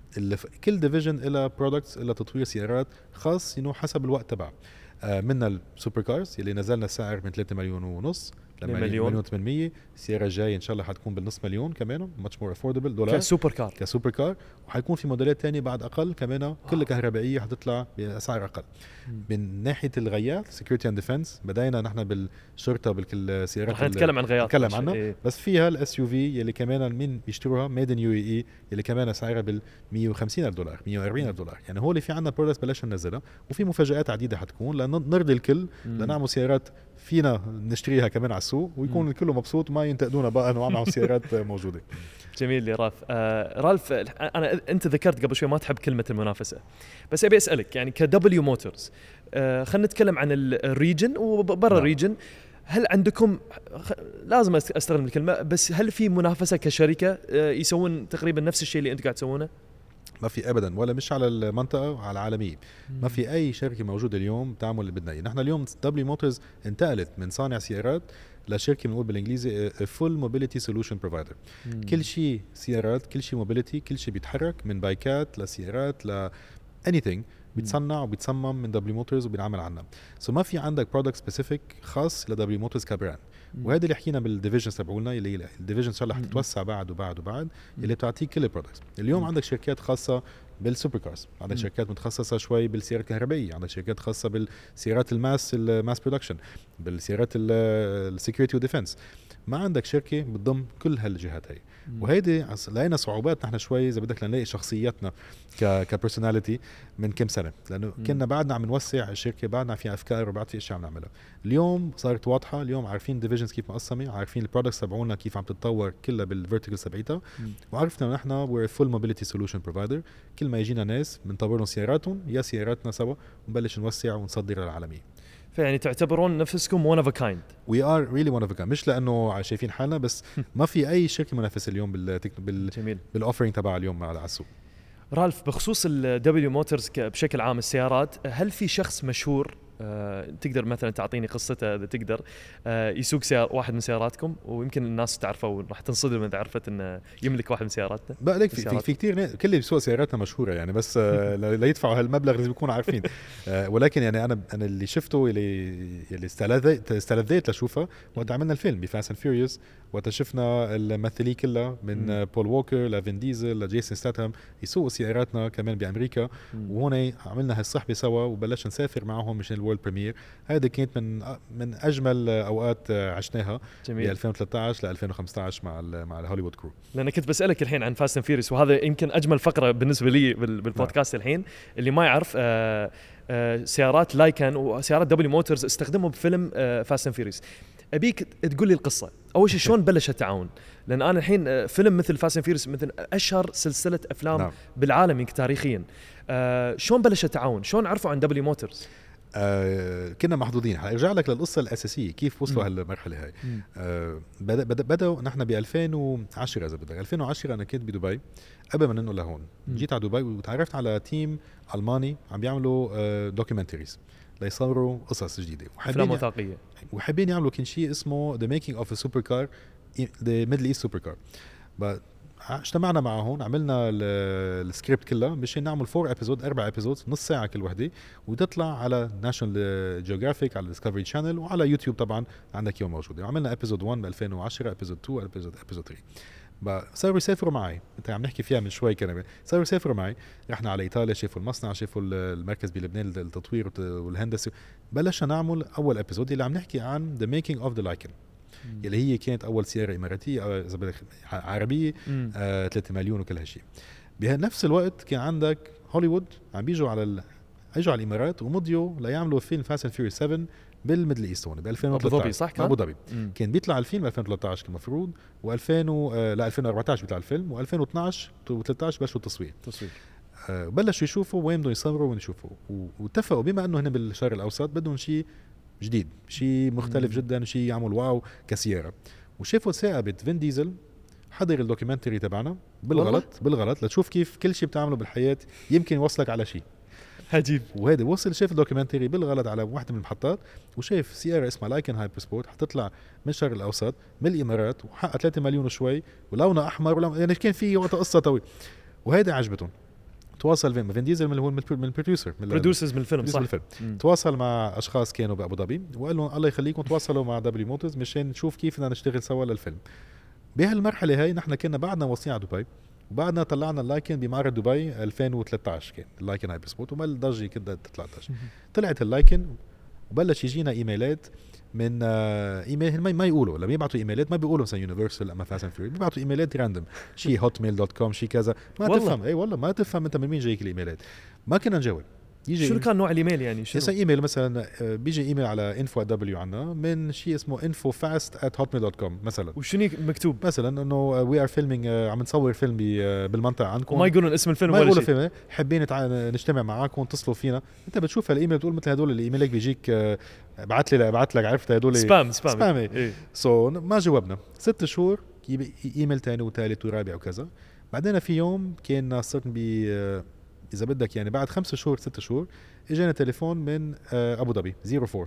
كل ديفيجن لها برودكتس، لها تطوير سيارات خاص انه حسب الوقت تبعه. منا السوبر كارز اللي نزلنا السعر من 3.5 مليون لما 1,800,000. السيارة الجاية إن شاء الله حتكون بالنص مليون كمان، much more affordable دولار كسوبر كار. وحيكون في موديلات تانية بعد أقل كمان كل كهربائية حتطلع بأسعار أقل. من ناحية الغيات security and defense بدأنا نحن بالشرطة بالكل سيارات نتكلم عن غيات نتكلم عنها. بس فيها الSUV يلي كمان مين بيشتروها made in UAE يلي كمان سعرها $150,000 $140,000. يعني هو اللي في عنا برودكتس بلشنا ننزلها، وفي مفاجآت عديدة حتكون لأن نرضي الكل، لنعمل سيارات فينا نشتريها كمان على السوق ويكون الكل مبسوط وما ينتقدونا بقى انه معهم سيارات موجوده. جميل يا رالف. انت ذكرت قبل شوي ما تحب كلمه المنافسه، بس ابي اسالك يعني كدبليو موتورز، خلينا نتكلم عن الريجن وبرا الريجن. هل عندكم لازم استخدم الكلمه، بس هل في منافسه كشركه يسوون تقريبا نفس الشيء اللي انت قاعد تسوونه؟ ما في ابدا، ولا مش على المنطقه، على العالميه. ما في اي شركه موجوده اليوم تعمل اللي بدنا اياه. نحن اليوم دبليو موتورز انتقلت من صانع سيارات لشركه بنقول بالانجليزي فول موبيليتي سولوشن بروفايدر. كل شيء سيارات، كل شيء موبيليتي، كل شيء بيتحرك من بايكات لسيارات ل anything بيتصنع وبيتصمم من دبليو موتورز وبينعمل عنا. ما في عندك برودكت سبيسيفيك خاص لدبليو موتورز كبراند. وهذا اللي حكينا بالديفيجنز تبعولنا اللي الديفيجن ان شاء الله حتتوسع بعد اللي بتعطيك كل البرودكتس. اليوم عندك شركات خاصه بالسوبر كارز، عندك شركات متخصصه شوي بالسيارات الكهربائيه، عندك شركات خاصه بالسيارات الماس برودكشن، بالسيارات السكيورتي وديفنس. ما عندك شركه بتضم كل هالجهات هي. وهيدي لقينا صعوبات نحن شوي اذا بدك لنلاقي شخصياتنا كبرسوناليتي من كم سنه، لانه كنا بعدنا عم نوسع الشركه، بعدنا في افكار وبعد في اشياء عم نعملها. اليوم صارت واضحه، اليوم عارفين ديفيجنز كيف مقسمه، عارفين البرودكتس تبعونا كيف عم تتطور كلها بالفيرتيكال تبعيتها، وعرفنا انه نحن وير فول موبيليتي سولوشن بروفايدر. كل ما يجينا ناس بنطور لهم سياراتهم يا سياراتنا سوا ونبلش نوسع ونصدر للعالميه. فيعني تعتبرون نفسكم one of a kind. we are really one of a kind، مش لانه شايفين حالنا بس، ما في اي شركه منافسه اليوم جميل. بالاوفرينج تبع اليوم على السوق. رالف، بخصوص الدبليو موتورز بشكل عام السيارات، هل في شخص مشهور تقدر مثلا تعطيني قصته اذا تقدر، يسوق واحد من سياراتكم، ويمكن الناس تعرفه وراح تنصدم اذا عرفت انه يملك واحد من سياراتنا؟ بقى لك في كثير كل اللي بيسوق سياراتنا مشهوره يعني، بس لا يدفعوا هالمبلغ لازم يكونوا عارفين. ولكن يعني انا اللي شفته اللي استلذيت لشوفه وقت عملنا الفيلم بفاست اند فيوريوس، وقت شفنا الممثلين كلها من بول ووكر لفين ديزل لجيسون ستاتهم يسوقوا سياراتنا كمان بامريكا. وهون عملنا هالصحبه سوا وبلشنا نسافر معهم مشان الورلد بريمير. هذا كانت من اجمل اوقات عشناها ب 2013 ل 2015 مع الهوليوود كرو. لأن كنت بسألك الحين عن فاست اند فيوريوس، وهذا يمكن أجمل فقرة بالنسبة لي بالبودكاست الحين. اللي ما يعرف سيارات لايكان وسيارات دبليو موتورز استخدموا بفيلم فاست اند فيوريوس. أبيك تقول لي القصة أول شيء، شلون بلش التعاون؟ لأن أنا الحين فيلم مثل فاست اند فيوريوس مثل أشهر سلسلة أفلام بالعالم يمكن تاريخيا، شلون بلش التعاون؟ شلون عرفوا عن دبليو موتورز؟ كنا محظوظين. هرجع لك للقصة الأساسية كيف وصلوا هالمرحلة هاي. بدأوا نحن ب 2010 إذا بدك. 2010 أنا كنت بدبي قبل ما ننقل لهون. جيت على دبي وتعرفت على تيم ألماني عم بيعملوا دوكيومنتريز ليصوروا قصص جديدة أفلام وثائقية، وحابين يعملوا كل شيء اسمه The Making of a Supercar The Middle East Supercar. اجتمعنا معهم، عملنا السكريبت كله مشان نعمل 4 ابيزود نص ساعه كل وحده، وتطلع على ناشونال جيوغرافيك على ديسكفري شانل وعلى يوتيوب طبعا عندك يوم موجوده. عملنا ابيزود 1 ب 2010، ابيزود 2، ابيزود 3. صاروا يسافروا معي، انت عم نحكي فيها من شوي كمان. صاروا يسافروا معي، رحنا على ايطاليا، شافوا المصنع، شافوا المركز بلبنان للتطوير والهندسه. بلشنا نعمل اول ابيزود اللي عم نحكي عن The Making of the Lycan، اللي هي كانت اول سياره اماراتيه عربيه 3 مليون وكل هالشيء. بنفس الوقت كان عندك هوليوود عم بيجوا على الامارات ومضيوا ليعملوا فيلم فاست اند فيوريوس 7 بالميدل ايست هون ب 2013. ابو ظبي صح؟ ابو ظبي كان بيطلع الفيلم 2013 كان المفروض، و2000 لا 2014 بيطلع الفيلم، و2012 و13 بلشوا التصوير. بلشوا يشوفوا وين بدهم يصوروا وين يشوفوا، واتفقوا بما انه هنا بالشرق الاوسط بدهم شيء جديد، شيء مختلف جدا، شيء يعمل واو كسيارة. وشافوا ثاقبة فين ديزل، حضر الدوكيومنتري تبعنا بالغلط لتشوف كيف كل شيء بتعمله بالحياة يمكن يوصلك على شيء عجيب. وهذا وصل شاف الدوكيومنتري بالغلط على واحدة من المحطات، وشاف سيارة اسمها لايكن هايبر سبورت حتطلع من الشرق الأوسط من الإمارات وحقق 3 مليون وشوي ولونها أحمر يعني كان في وقت قصة طويل، وهذا عجبتهم. تواصل فين ديزل من هو من البروديوسرز من الفيلم صح. تواصل مع اشخاص كانوا بابو ظبي وقال لهم الله يخليكم تواصلوا مع دبليو موتورز مشان نشوف كيف بدنا نشتغل سوا للفيلم. بهالمرحله هاي نحن كنا بعدنا واصلين على دبي، وبعدنا طلعنا اللايكن بمعرض دبي 2013 كان اللايكن هايبر سبورت، وما الضجه كده تطلع ضجه. طلعت اللايكن وبلش يجينا ايميلات من ايميل ما يقولوا لما يبعثوا ايميلات ما بيقولوا مثلا يونيفرسال اما فاست اند فيوريوس، بيبعثوا ايميلات راندوم شيء hotmail.com شيء كذا ما والله. تفهم اي والله ما تفهم انت من مين جايك الايميلات، ما كنا نجاوب. شو كان نوع الايميل يعني؟ شو ايميل مثلا بيجي ايميل على info@w عنا من شيء اسمه infofast@hotmail.com مثلا، وشنو مكتوب مثلا انه وي ار فيلمينج عم نصور فيلم بالمنطقه عندكم، وما يقولون اسم الفيلم ولا شيء، حابين نجتمع معاكم اتصلوا فينا. انت بتشوف الايميل بتقول مثل هدول الايميلك بيجيك ابعث لك عرفت هدول سبام إيه. ما جاوبنا 6 شهور ايميل ثاني وثالث ورابع وكذا. بعدين في يوم كنا صرنا اذا بدك يعني بعد 5 شهور 6 شهور اجانا تليفون من ابو ظبي 04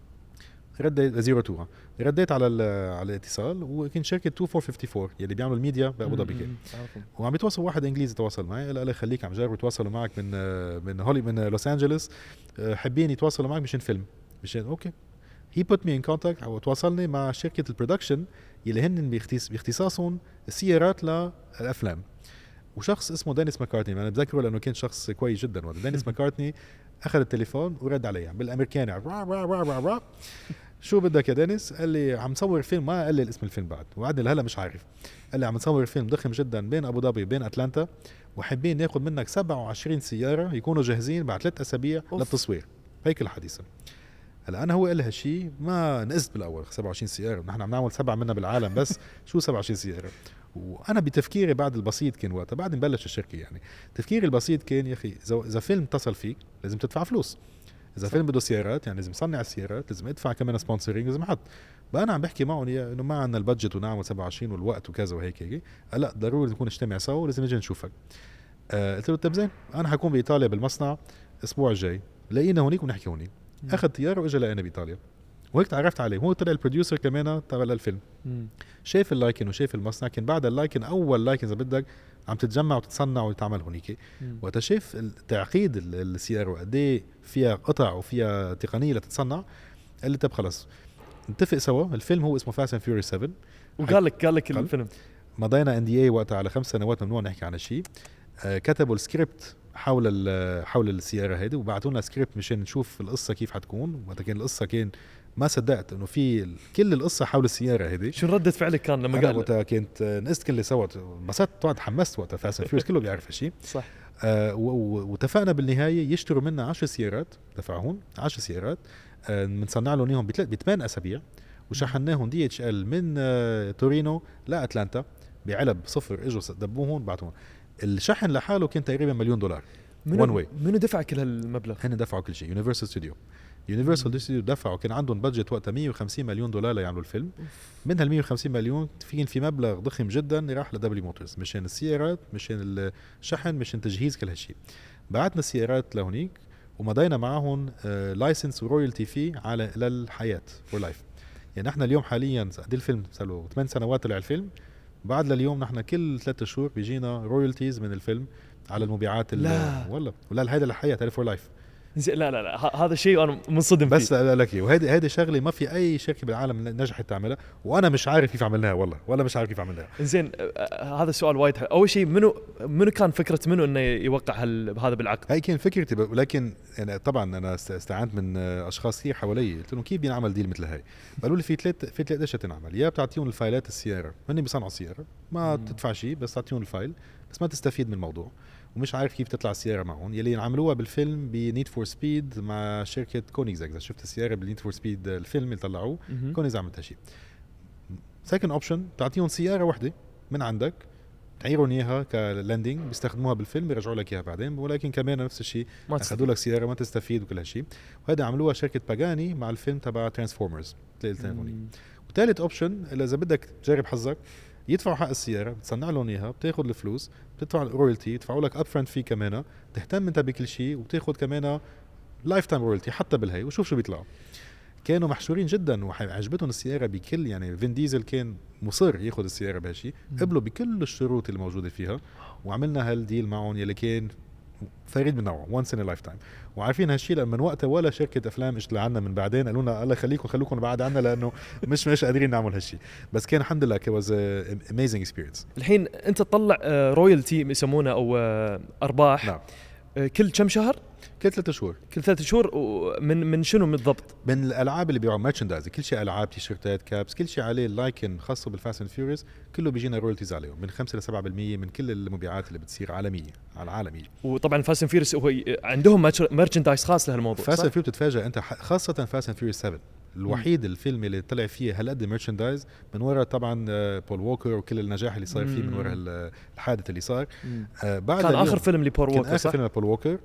رديت على الاتصال، وكان شركه 2454 يلي بيعملوا الميديا بابو ظبي كان، وعم يتواصل واحد انجليزي تواصل معي قال لي خليك عم جربوا يتواصلوا معك من لوس انجلوس، حابين يتواصلوا معك مشان فيلم مشان اوكي. هي put me in contact وتواصلني مع شركه البرودكشن يلي هن باختصاصهم السيارات للافلام، وشخص اسمه دانيس ماكارتني انا بذكره لانه كان شخص كويس جدا. دانيس ماكارتني اخذ التليفون ورد علي بالامريكاني شو بدك يا دانيس؟ قال لي عم صور فيلم، ما قال لي اسم الفيلم بعد وبعدني لهلا مش عارف. قال لي عم نصور فيلم ضخم جدا بين ابو ظبي وبين اتلانتا، وحابين ناخذ منك 27 سياره يكونوا جاهزين بعد 3 أسابيع للتصوير. هيك الحديثه. هلا انا هو قال لي هالشيء ما نقصت بالاول 27 سياره، نحن عم نعمل 7 منها بالعالم بس شو 27 سياره. وانا بتفكيري بعد البسيط كان وقتها بعد نبلش الشركه يعني تفكيري البسيط كان يا اخي اذا فيلم اتصل فيك لازم تدفع فلوس، اذا فيلم بده سيارات يعني لازم يصنع السيارات، لازم يدفع كمان سبونسرينج، لازم يحط. بقى انا عم بحكي معهم انه ما عندنا البادجت ونعمل 27 والوقت وكذا وهيك لا ضروري نكون نجتمع سوا ولازم نجي نشوفك. قلت له طيب زين انا حكون بايطاليا بالمصنع الاسبوع الجاي، لقينا هونيك ونحكي هونيك. اخذ طياره واجى لقينا بايطاليا وهيك تعرفت عليه. هو طلع البروديوسر كمان تبع الفيلم. شايف اللايكن وشايف المصنع. كان بعد اللايكن اول لايكن اذا بدك عم تتجمع وتتصنع وتتعمل هونيك. وقت شايف تعقيد السياره وقد ايه فيها قطع وفيها تقنيه لتتصنع، قال لي طب خلص نتفق سوا. الفيلم هو اسمه فاست اند فيوريوس 7. وقال لك الفيلم مضينا NDA وقتها على 5 سنوات ممنوع نحكي عن الشيء. كتبوا السكريبت حول السياره هيدي وبعثوا لنا سكريبت مشان نشوف القصه كيف حتكون. وقت كان القصه كان ما صدقت انه في كل القصه حول السياره هيدي. شو ردة فعلك كان لما قال؟ وقتها كنت نقصت كل سوا انبسطت طبعا تحمست. وقتها فاست اند فيوريوس كله بيعرف هالشيء صح. واتفقنا بالنهايه يشتروا منا 10 سيارات، دفعوهم 10 سيارات بنصنع لهم اياهم ب8 اسابيع وشحناهم DHL من تورينو لاتلانتا بعلب صفر. اجوا دبوهم بعتوهم. الشحن لحاله كان تقريبا $1,000,000 وان واي. منو دفع كل هالمبلغ؟ هن دفعوا كل شيء. يونيفرسال ستوديو دفعوا. كان عندهم بادجت وقتها $150 مليون ليعملوا الفيلم. من هال$150 مليون في مبلغ ضخم جدا راح لدبليو موتورز مشان السيارات مشان الشحن مشان تجهيز كل هالشيء. بعتنا السيارات لهونيك ومضينا معهم لايسنس ورويالتي في على للحياة فور لايف. يعني احنا اليوم حاليا قد الفيلم صار له 8 سنوات طلع الفيلم، بعد لليوم نحن كل 3 شهور بيجينا رويالتيز من الفيلم على المبيعات. لا والله ولا هيدا الحياة تعرف فور لايف. لا هذا شيء انا منصدم فيه. بس لك وهيدي شغله ما في اي شركه بالعالم نجحت تعملها وانا مش عارف كيف عملناها والله ولا مش عارف كيف عملناها. زين هذا السؤال وايد اول شيء منو كان فكره منو انه يوقع هذا بالعقد؟ هاي كان فكرتي ولكن يعني طبعا انا استعنت من اشخاص كثير حوالي. قلت لهم كيف بينعمل ديل مثل هاي؟ قالوا لي في ثلاث اشياء تنعمل. يا بتعطيهم الفايلات السياره هن بيصنعوا السياره ما تدفع شيء بس تعطيهم الفايل بس ما تستفيد من الموضوع ومش عارف كيف تطلع السياره معهم. يلي عملوها بالفيلم بنيد فور سبيد مع شركه كونيغزاج. اذا شفت السياره بالنيد فور سبيد الفيلم اللي طلعوه كونيغزاج عملت هالشيء. سكند اوبشن تعطيهم سياره واحده من عندك تعيرون اياها كلاندنج بيستخدموها بالفيلم بيرجعوا لك اياها بعدين ولكن كمان نفس الشيء اخذوا لك سياره ما تستفيد وكل هالشيء. وهذا عملوها شركه باغاني مع الفيلم تبع ترانسفورمرز. وثالث اوبشن اذا بدك تجرب حظك يدفعوا حق السياره بتصنع لهم اياها بتاخذ الفلوس بتدفع رويالتي يدفعوا لك اب فرونت في كمان تهتم انت بكل شيء وبتاخذ كمان لايف تايم رويالتي حتى بالهي وشوف شو بيطلعوا. كانوا محشورين جدا وعجبتهم السياره بكل يعني فين ديزل كان مصر ياخذ السياره بهالشيء قبلوا بكل الشروط اللي موجوده فيها وعملنا هالديل معهم يلي كان فريد من نوعه وانس ان لايف تايم. وعارفين هالشيء لما من وقتها ولا شركه افلام اشتغل عنا من بعدين قالوا لنا الله خليكم بعد عنا لانه مش قادرين نعمل هالشيء. بس كان الحمد لله واز اميزنج اكسبيرينس. الحين انت تطلع رويالتي يسمونه او ارباح. نعم. كل كم شهر؟ كل 3 شهور. كل 3 شهور من شنو بالضبط؟ من الالعاب اللي بيبيعوا مارشندايز كل شيء العاب تيشيرتات كابس كل شيء عليه لايكن خاصه بالفاست اند فيوريوس كله بيجينا رويالتيز عليهم من 5 ل 7% من كل المبيعات اللي بتصير عالميه. وطبعا فاست اند فيوريوس هو عندهم مارشندايز خاص لهالموضوع. فاست اند فيوريوس بتتفاجئ انت خاصه فاست اند فيوريوس 7 الوحيد الفيلم اللي طلع فيه هالقد ميرشندايز من وراء طبعا بول ووكر وكل النجاح اللي صار فيه من وراء الحادث اللي صار. بعد كان اخر فيلم لبول ووكر. كان اخر فيلم لبول ووكر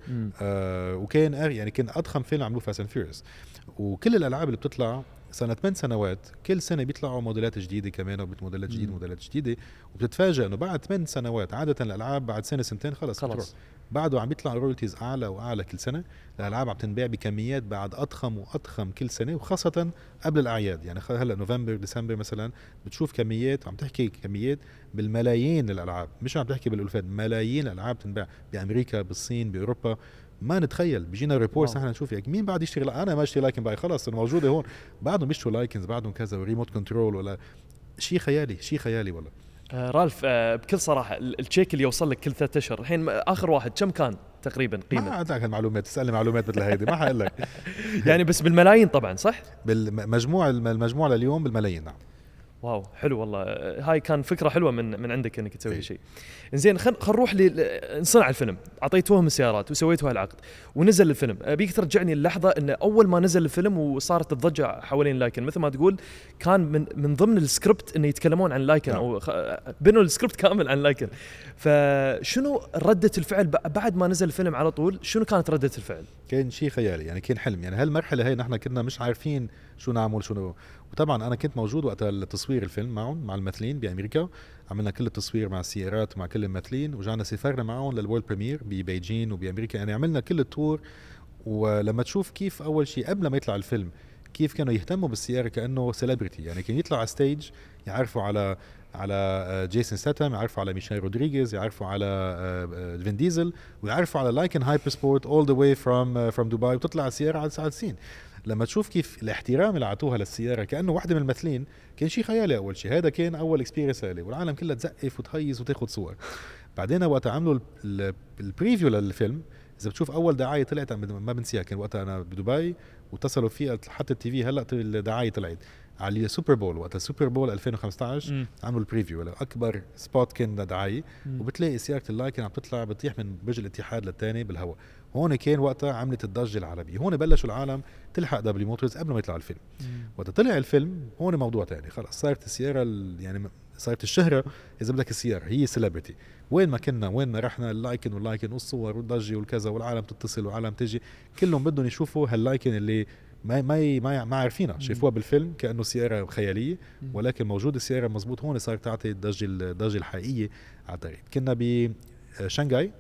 وكان يعني كان اضخم فيلم عملوه فاست اند فيوريوس. وكل الالعاب اللي بتطلع سنة 8 سنوات كل سنة بيطلعوا موديلات جديدة كمان وموديلات جديدة وبتتفاجئ انه بعد 8 سنوات عادة الالعاب بعد سنة سنتين خلص. بعده عم بيطلع رويالتيز اعلى واعلى كل سنه. الالعاب عم تنباع بكميات بعد اضخم واضخم كل سنه وخاصه قبل الاعياد. يعني هلا نوفمبر ديسمبر مثلا بتشوف كميات عم تحكي كميات بالملايين الالعاب مش عم تحكي بالالوفات ملايين الالعاب تنباع بامريكا بالصين باوروبا ما نتخيل. بيجينا ريبورتس نحن نشوف يعني مين بعد يشتري. انا ما اشتري لايكن بقى خلاص موجوده هون بعدهم بيشتروا لايكنز بعدهم كذا وريموت كنترول ولا شيء خيالي والله. رالف بكل صراحة التشيك اللي يوصل لك كل 3 أشهر الحين آخر واحد كم كان تقريبا قيمة؟ ما عندك المعلومات تسألني معلومات مثل هيدي ما حقول لك. يعني بس بالملايين طبعا صح؟ المجموع لليوم بالملايين. نعم. واو حلو والله. هاي كان فكره حلوه من عندك انك تسوي إيه. شيء. انزين خلينا نروح نصنع الفيلم. اعطيتوهم السيارات وسويتوا هالعقد ونزل الفيلم. ابيك ترجعني اللحظه ان اول ما نزل الفيلم وصارت الضجه حوالين لايكن مثل ما تقول كان من ضمن السكريبت انه يتكلمون عن لايكن او بنوا السكريبت كامل عن لايكن. فشنو ردة الفعل بعد ما نزل الفيلم على طول؟ شنو كانت ردة الفعل؟ كان شيء خيالي يعني، كان حلم يعني. هالمرحله هي نحن كنا مش عارفين شو نعمل شنو. وطبعا انا كنت موجود وقت التصوير الفيلم معهم مع الممثلين بامريكا. عملنا كل التصوير مع السيارات ومع كل الممثلين، وجانا سافرنا معهم للورلد بريمير ببيجين وبامريكا. يعني عملنا كل التور. ولما تشوف كيف اول شيء قبل ما يطلع الفيلم كيف كانوا يهتموا بالسياره كانه سيلبرتي. يعني كان يطلع على ستيج يعرفوا على جيسون ستاتم، يعرفوا على ميشيل رودريغيز، يعرفوا على فين ديزل، ويعرفوا على لايكن هايبر سبورت all the way from دبي، وتطلع السياره على السين. لما تشوف كيف الاحترام اللي اعطوها للسياره كانه واحده من الممثلين، كان شيء خيالي. اول شيء هذا كان اول اكسبيرينس لي، والعالم كلها تزقف وتهيص وتاخذ صور. بعدين وقت عملوا البريفيو للفيلم، اذا بتشوف اول دعايه طلعت ما بنسيها، كان وقتها انا بدبي واتصلوا فيها حتى التي في. هلا الدعايه طلعت على السوبر بول، وقت السوبر بول 2015 عملوا البريفيو اكبر سبوت كان دعايه. وبتلاقي سياره اللايكن عم تطلع بتطيح من برج الاتحاد للثاني بالهواء. هون كان وقتها عملت الضجه العربيه. هون بلشوا العالم تلحق دبليو موتورز قبل ما يطلع الفيلم. وقت طلع الفيلم هون موضوع ثاني خلص. صارت السياره يعني صارت الشهره اذا بدك السياره هي سيلبرتي. وين ما كنا وين ما رحنا اللايكن والصور والضجه والكذا، والعالم تتصل والعالم تجي كلهم بدهم يشوفوا هاللايكن اللي ما عارفينها. شايفوها بالفيلم كانه سياره خياليه، ولكن موجود السياره مزبوط. هون صارت تعطي الضجه الحقيقيه على الطريق. كنا بشنغاي،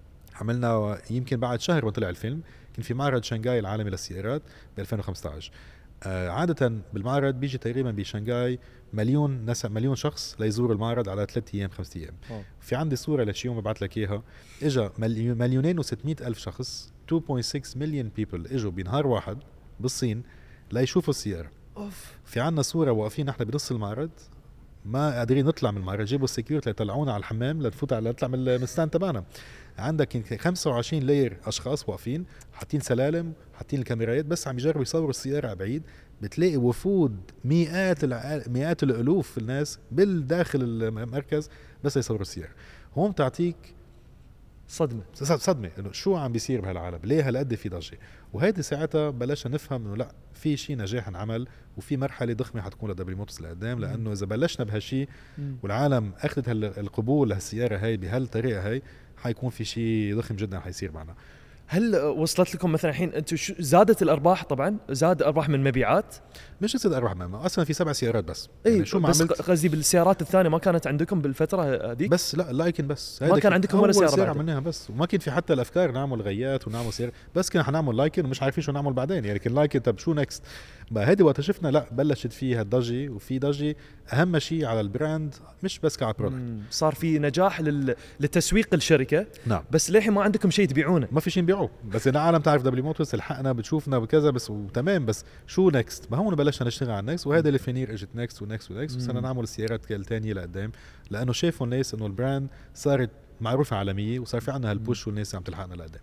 عملنا يمكن بعد شهر ما طلع الفيلم، كان في معرض شنغاي العالمي للسيارات ب 2015. عادة بالمعرض بيجي تقريبا بشنغاي مليون شخص ليزوروا المعرض على 3 أيام 5 أيام. في عندي صورة لشيوم ببعث لك إياها. إجا 2,600,000 شخص، 2.6 مليون بيبل إجوا بنهار واحد بالصين ليشوفوا السيارة. في عنا صورة واقفين نحن بنص المعرض ما قادرين نطلع من المعرض، جيبوا السكيورتي ليطلعونا على الحمام لنفوت على نطلع من الستاند تبعنا. عندك 25 لاير اشخاص واقفين حاطين سلالم حاطين الكاميرات بس عم يجربوا يصوروا السياره بعيد. بتلاقي وفود مئات الالوف الناس بالداخل المركز بس يصوروا السياره. هون تعطيك صدمه انه شو عم بيصير بهالعالم، ليه هالقد في ضجه. وهيدي ساعتها بلشنا نفهم انه لا، في شيء نجاح انعمل وفي مرحله ضخمه حتكون لدبليو موتورز لقدام. لانه اذا بلشنا بهالشيء والعالم اخذت القبول لهالسياره هاي بهالطريقه هاي، حيكون في شيء ضخم جدا حيصير معنا. هل وصلت لكم مثلا الحين انتم زادت الارباح؟ طبعا زاد ارباح من مبيعات، مش زاد ارباح اصلا في 7 سيارات بس. يعني شو ما عملت قصدي بالسيارات الثانيه ما كانت عندكم بالفتره هذيك؟ بس لا لايكن بس ما كان عندكم ولا سياره عملناها بس. وما كان في حتى الافكار نعمل غيات ونعمل سيارة، بس كنا حنعمل لايكن ومش عارفين شو نعمل بعدين. يعني كان لايكن طب شو نكست بقى. هيدي وقت شفنا لا بلشت فيها الضجه، وفي ضجه اهم شيء على البراند مش بس كعلى البرودكت. صار في نجاح للتسويق الشركه. نعم. بس للحين ما عندكم شيء تبيعونه، ما في شيء نبيعه. بس العالم تعرف دبليو موتورز الحقنا بتشوفنا بكذا بس وتمام، بس شو نكست. ما هون بلشنا نشتغل على النكست، وهذا اللي فينير اجت نكست ونكست ونكست، وصرنا نعمل السيارات الثانيه لقدام لانه شافوا الناس انه البراند صارت معروفه عالميه وصار في عندنا هالبوش والناس عم تلحقنا لقدام.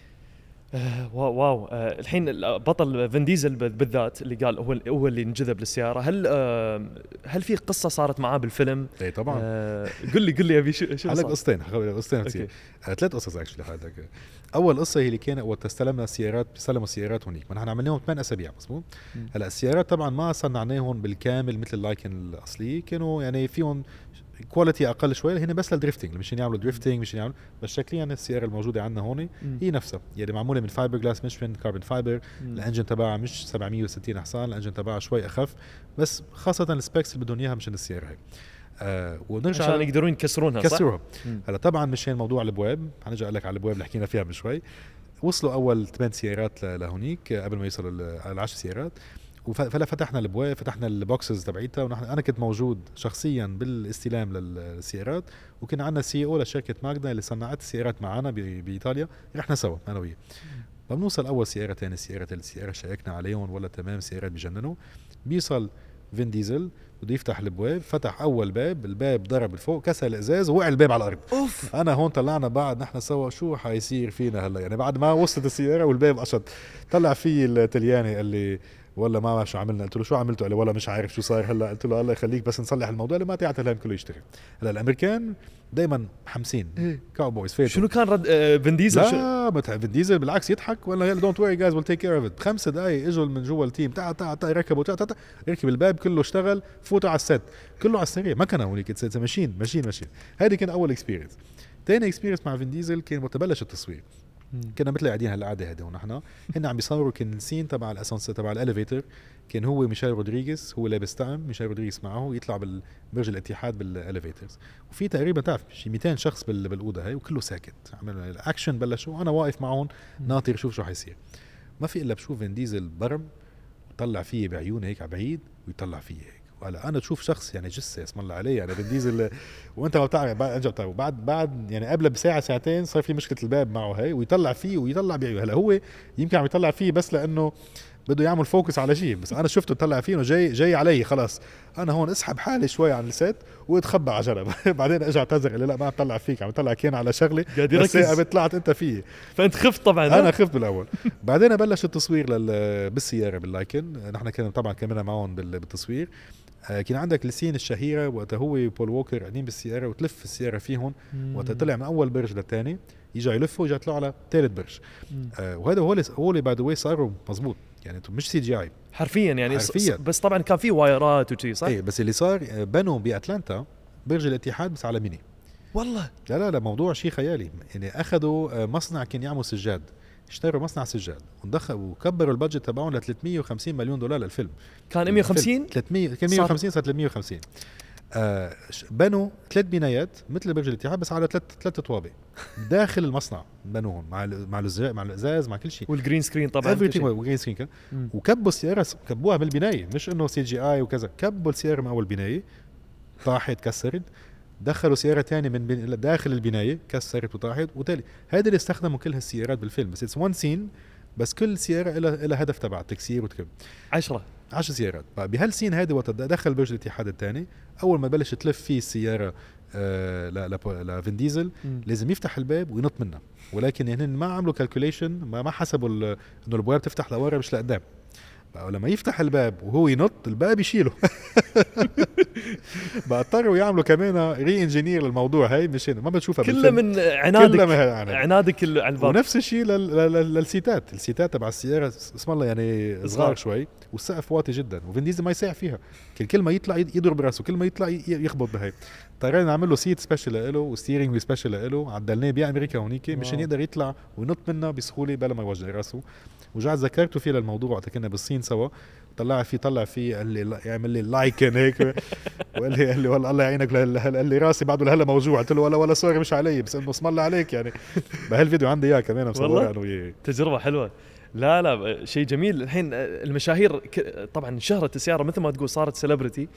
واو. الحين بطل فين ديزل بالذات اللي قال هو اللي انجذب للسياره. هل في قصه صارت معاه بالفيلم؟ اي طبعا. قل لي ابي شو حلق قصتين كثير. 3 قصص اكشلي حضرتك. اول قصه هي اللي كان وقت استلمنا السيارات، سلموا السيارات هونيك، ما نحن عملناهم 8 اسابيع مظبوط. هلا السيارات طبعا ما صنعناهم بالكامل مثل اللايكن الاصلي، كانوا يعني فيهم كواليتي اقل شوي هنا بس للدريفتنج، مش يعملوا دريفتنج مش يعملوا، بس شكليا السياره الموجوده عندنا هون هي نفسها، يعني معموله من فايبر جلاس مش من كاربون فايبر. الانجن تبعها مش 760 حصان، الانجن تبعها شوي اخف، بس خاصه السبيكس اللي بدهم اياها مشان السياره هي. ونرجع عشان يقدرون يكسرونها. هلا طبعا مشان موضوع الابواب، حنرجع اقول لك على الابواب اللي حكينا فيها من شوي. وصلوا اول 8 سيارات لهونيك قبل ما يوصلوا ال 10 سيارات، فلا فتحنا الابواب، فتحنا البوكسز تبعيتها، ونحن انا كنت موجود شخصيا بالاستلام للسيارات، وكنا عندنا سي او لشركه ماجنا اللي صنعت السيارات معنا بايطاليا، رحنا سوا انا وياه. فبنوصل اول سياره، ثاني سياره، ثالث سياره، شيكنا عليهم ولا تمام، سيارات بجننوا. بيوصل فين ديزل بده يفتح الابواب، فتح اول باب، الباب ضرب الفوق، كسر الازاز ووقع الباب على الارض. اوف. انا هون طلعنا بعد نحن سوا شو حيصير فينا هلا، يعني بعد ما وصلت السياره والباب قشط، طلع في التلياني قال لي ولا ما شو عملنا. قلت له شو عملتوا؟ قال لي والله مش عارف شو صار هلا. قلت له الله يخليك بس نصلح الموضوع. اللي ما تعرف الهم كله يشتغل. هلا الامريكان دائما محمسين كاوبويز فيتو. شنو كان رد فين ديزل؟ لا ما فين ديزل بالعكس يضحك ولا دونت وري جايز ويل تيك كير اوف ات. ب5 دقائق اجوا من جوا التيم تعا ركبوا ركب الباب كله اشتغل. فوتوا على الست كله على السريع. ما كان هونيك اتس ماشين. هذه كان اول اكسبيرينس. ثاني اكسبيرينس مع فين ديزل كان وقت بلش التصوير. كنا مثل قاعدين هالقعده هذه ونحن هن عم بيصوروا كان السين تبع الاسانس تبع الاليفيتر. كان هو ميشيل رودريغيز هو لابس طقم، ميشيل رودريغيز معه يطلع بالبرج الاتحاد بالاليفيترز. وفي تقريبا تعرف شي 200 شخص بالاوضه هاي وكله ساكت. عملوا الاكشن بلشوا وانا واقف معهم ناطر شوف شو حيصير. ما في الا بشوف فين ديزل برم وطلع فيه بعيونه هيك على بعيد ويطلع فيه هيك. وهلا انا تشوف شخص يعني جثه اسم الله عليه يعني فين ديزل وانت ما بتعرف بعد يعني قبل بساعه ساعتين صار في مشكله الباب معه هي ويطلع فيه ويطلع بعيونه. هلا هو يمكن عم يطلع فيه بس لانه بده يعمل فوكس على شيء، بس انا شفته طلع فيه انه جاي علي خلاص. انا هون اسحب حالي شوي عن الست واتخبى على جنب. بعدين اجى اعتذر قال لي لا ما عم طلع فيك، عم طلع كان على شغله بس طلعت انت فيه. فانت خفت طبعا. انا خفت بالاول. بعدين بلش التصوير بالسياره باللايكن. نحن كنا طبعا كملنا معهم بالتصوير. كان عندك السين الشهيره وقت هو بول ووكر قاعدين بالسياره وتلف السياره فيهم. وقت طلع من اول برج للثاني يجي يلفوا ويجي يطلعوا على ثالث برج. وهذا هو اللي باي ذا واي صاروا مزبوط يعني مش سي جي اي حرفيا يعني حرفياً. بس طبعا كان في وايرات وشي صح؟ ايه بس اللي صار بنوا باتلانتا برج الاتحاد بس على ميني. والله لا موضوع شيء خيالي يعني. اخذوا مصنع كان يعمل سجاد، اشتروا مصنع سجاد وكبروا البادجت تبعهم ل $350 مليون للفيلم. كان 150 300 كان 150 صار 350. بنوا 3 بنايات مثل برج الاتحاد بس على 3 طوابق داخل المصنع بنوهم مع الازاز مع كل شيء والجرين سكرين طبعا والجرين سكرين. وكبوا السياره كبوها بالبنايه مش انه سي جي اي وكذا. كبوا السياره من اول بنايه طاحت كسرت. دخلوا سياره ثانيه من داخل البنايه كسرت وطاحت. وتالي هذا اللي استخدموا كل هالسيارات بالفيلم. بس اتس وان سين بس كل سياره لها هدف تبع تكسير وتكب 10 سيارات. بهالسين هذا وقت دخل برج الاتحاد الثاني اول ما بلش تلف فيه السياره لفين ديزل لازم يفتح الباب وينط منها. ولكن يعني ما عملوا كالكوليشن ما حسبوا انه الابواب تفتح لورا مش لقدام. لما يفتح الباب وهو ينط الباب يشيله. بقى اضطروا يعملوا كمان ري انجينير للموضوع. هاي مش ما بتشوفها كله من عنادك على الباب. ونفس الشيء للسيتات. السيتات تبع السياره اسم الله يعني صغار شوي والسقف واطي جدا وفين ديزل ما يساع فيها. كل ما يطلع يضرب راسه كل ما يطلع يخبط بهاي. اضطرينا نعمل له سيت سبيشال له وستيرنج سبيشال له. عدلناه بامريكا هونيك مشان يقدر يطلع وينط منها بسهوله بلا ما يوجع راسه. ورجعت ذكرته فيه للموضوع وقت كنا بالصين سوا. طلع فيه قال لي يعمل لي لايكن هيك وقال لي والله الله يعينك. قال لي راسي بعده لهلا موجوع. قلت له ولا سوري مش علي بس انه اسم الله عليك يعني. بهالفيديو عندي اياه كمان مصوره انا وياه. تجربه حلوه. لا شيء جميل. الحين المشاهير طبعا شهرت السياره مثل ما تقول صارت سيلبرتي.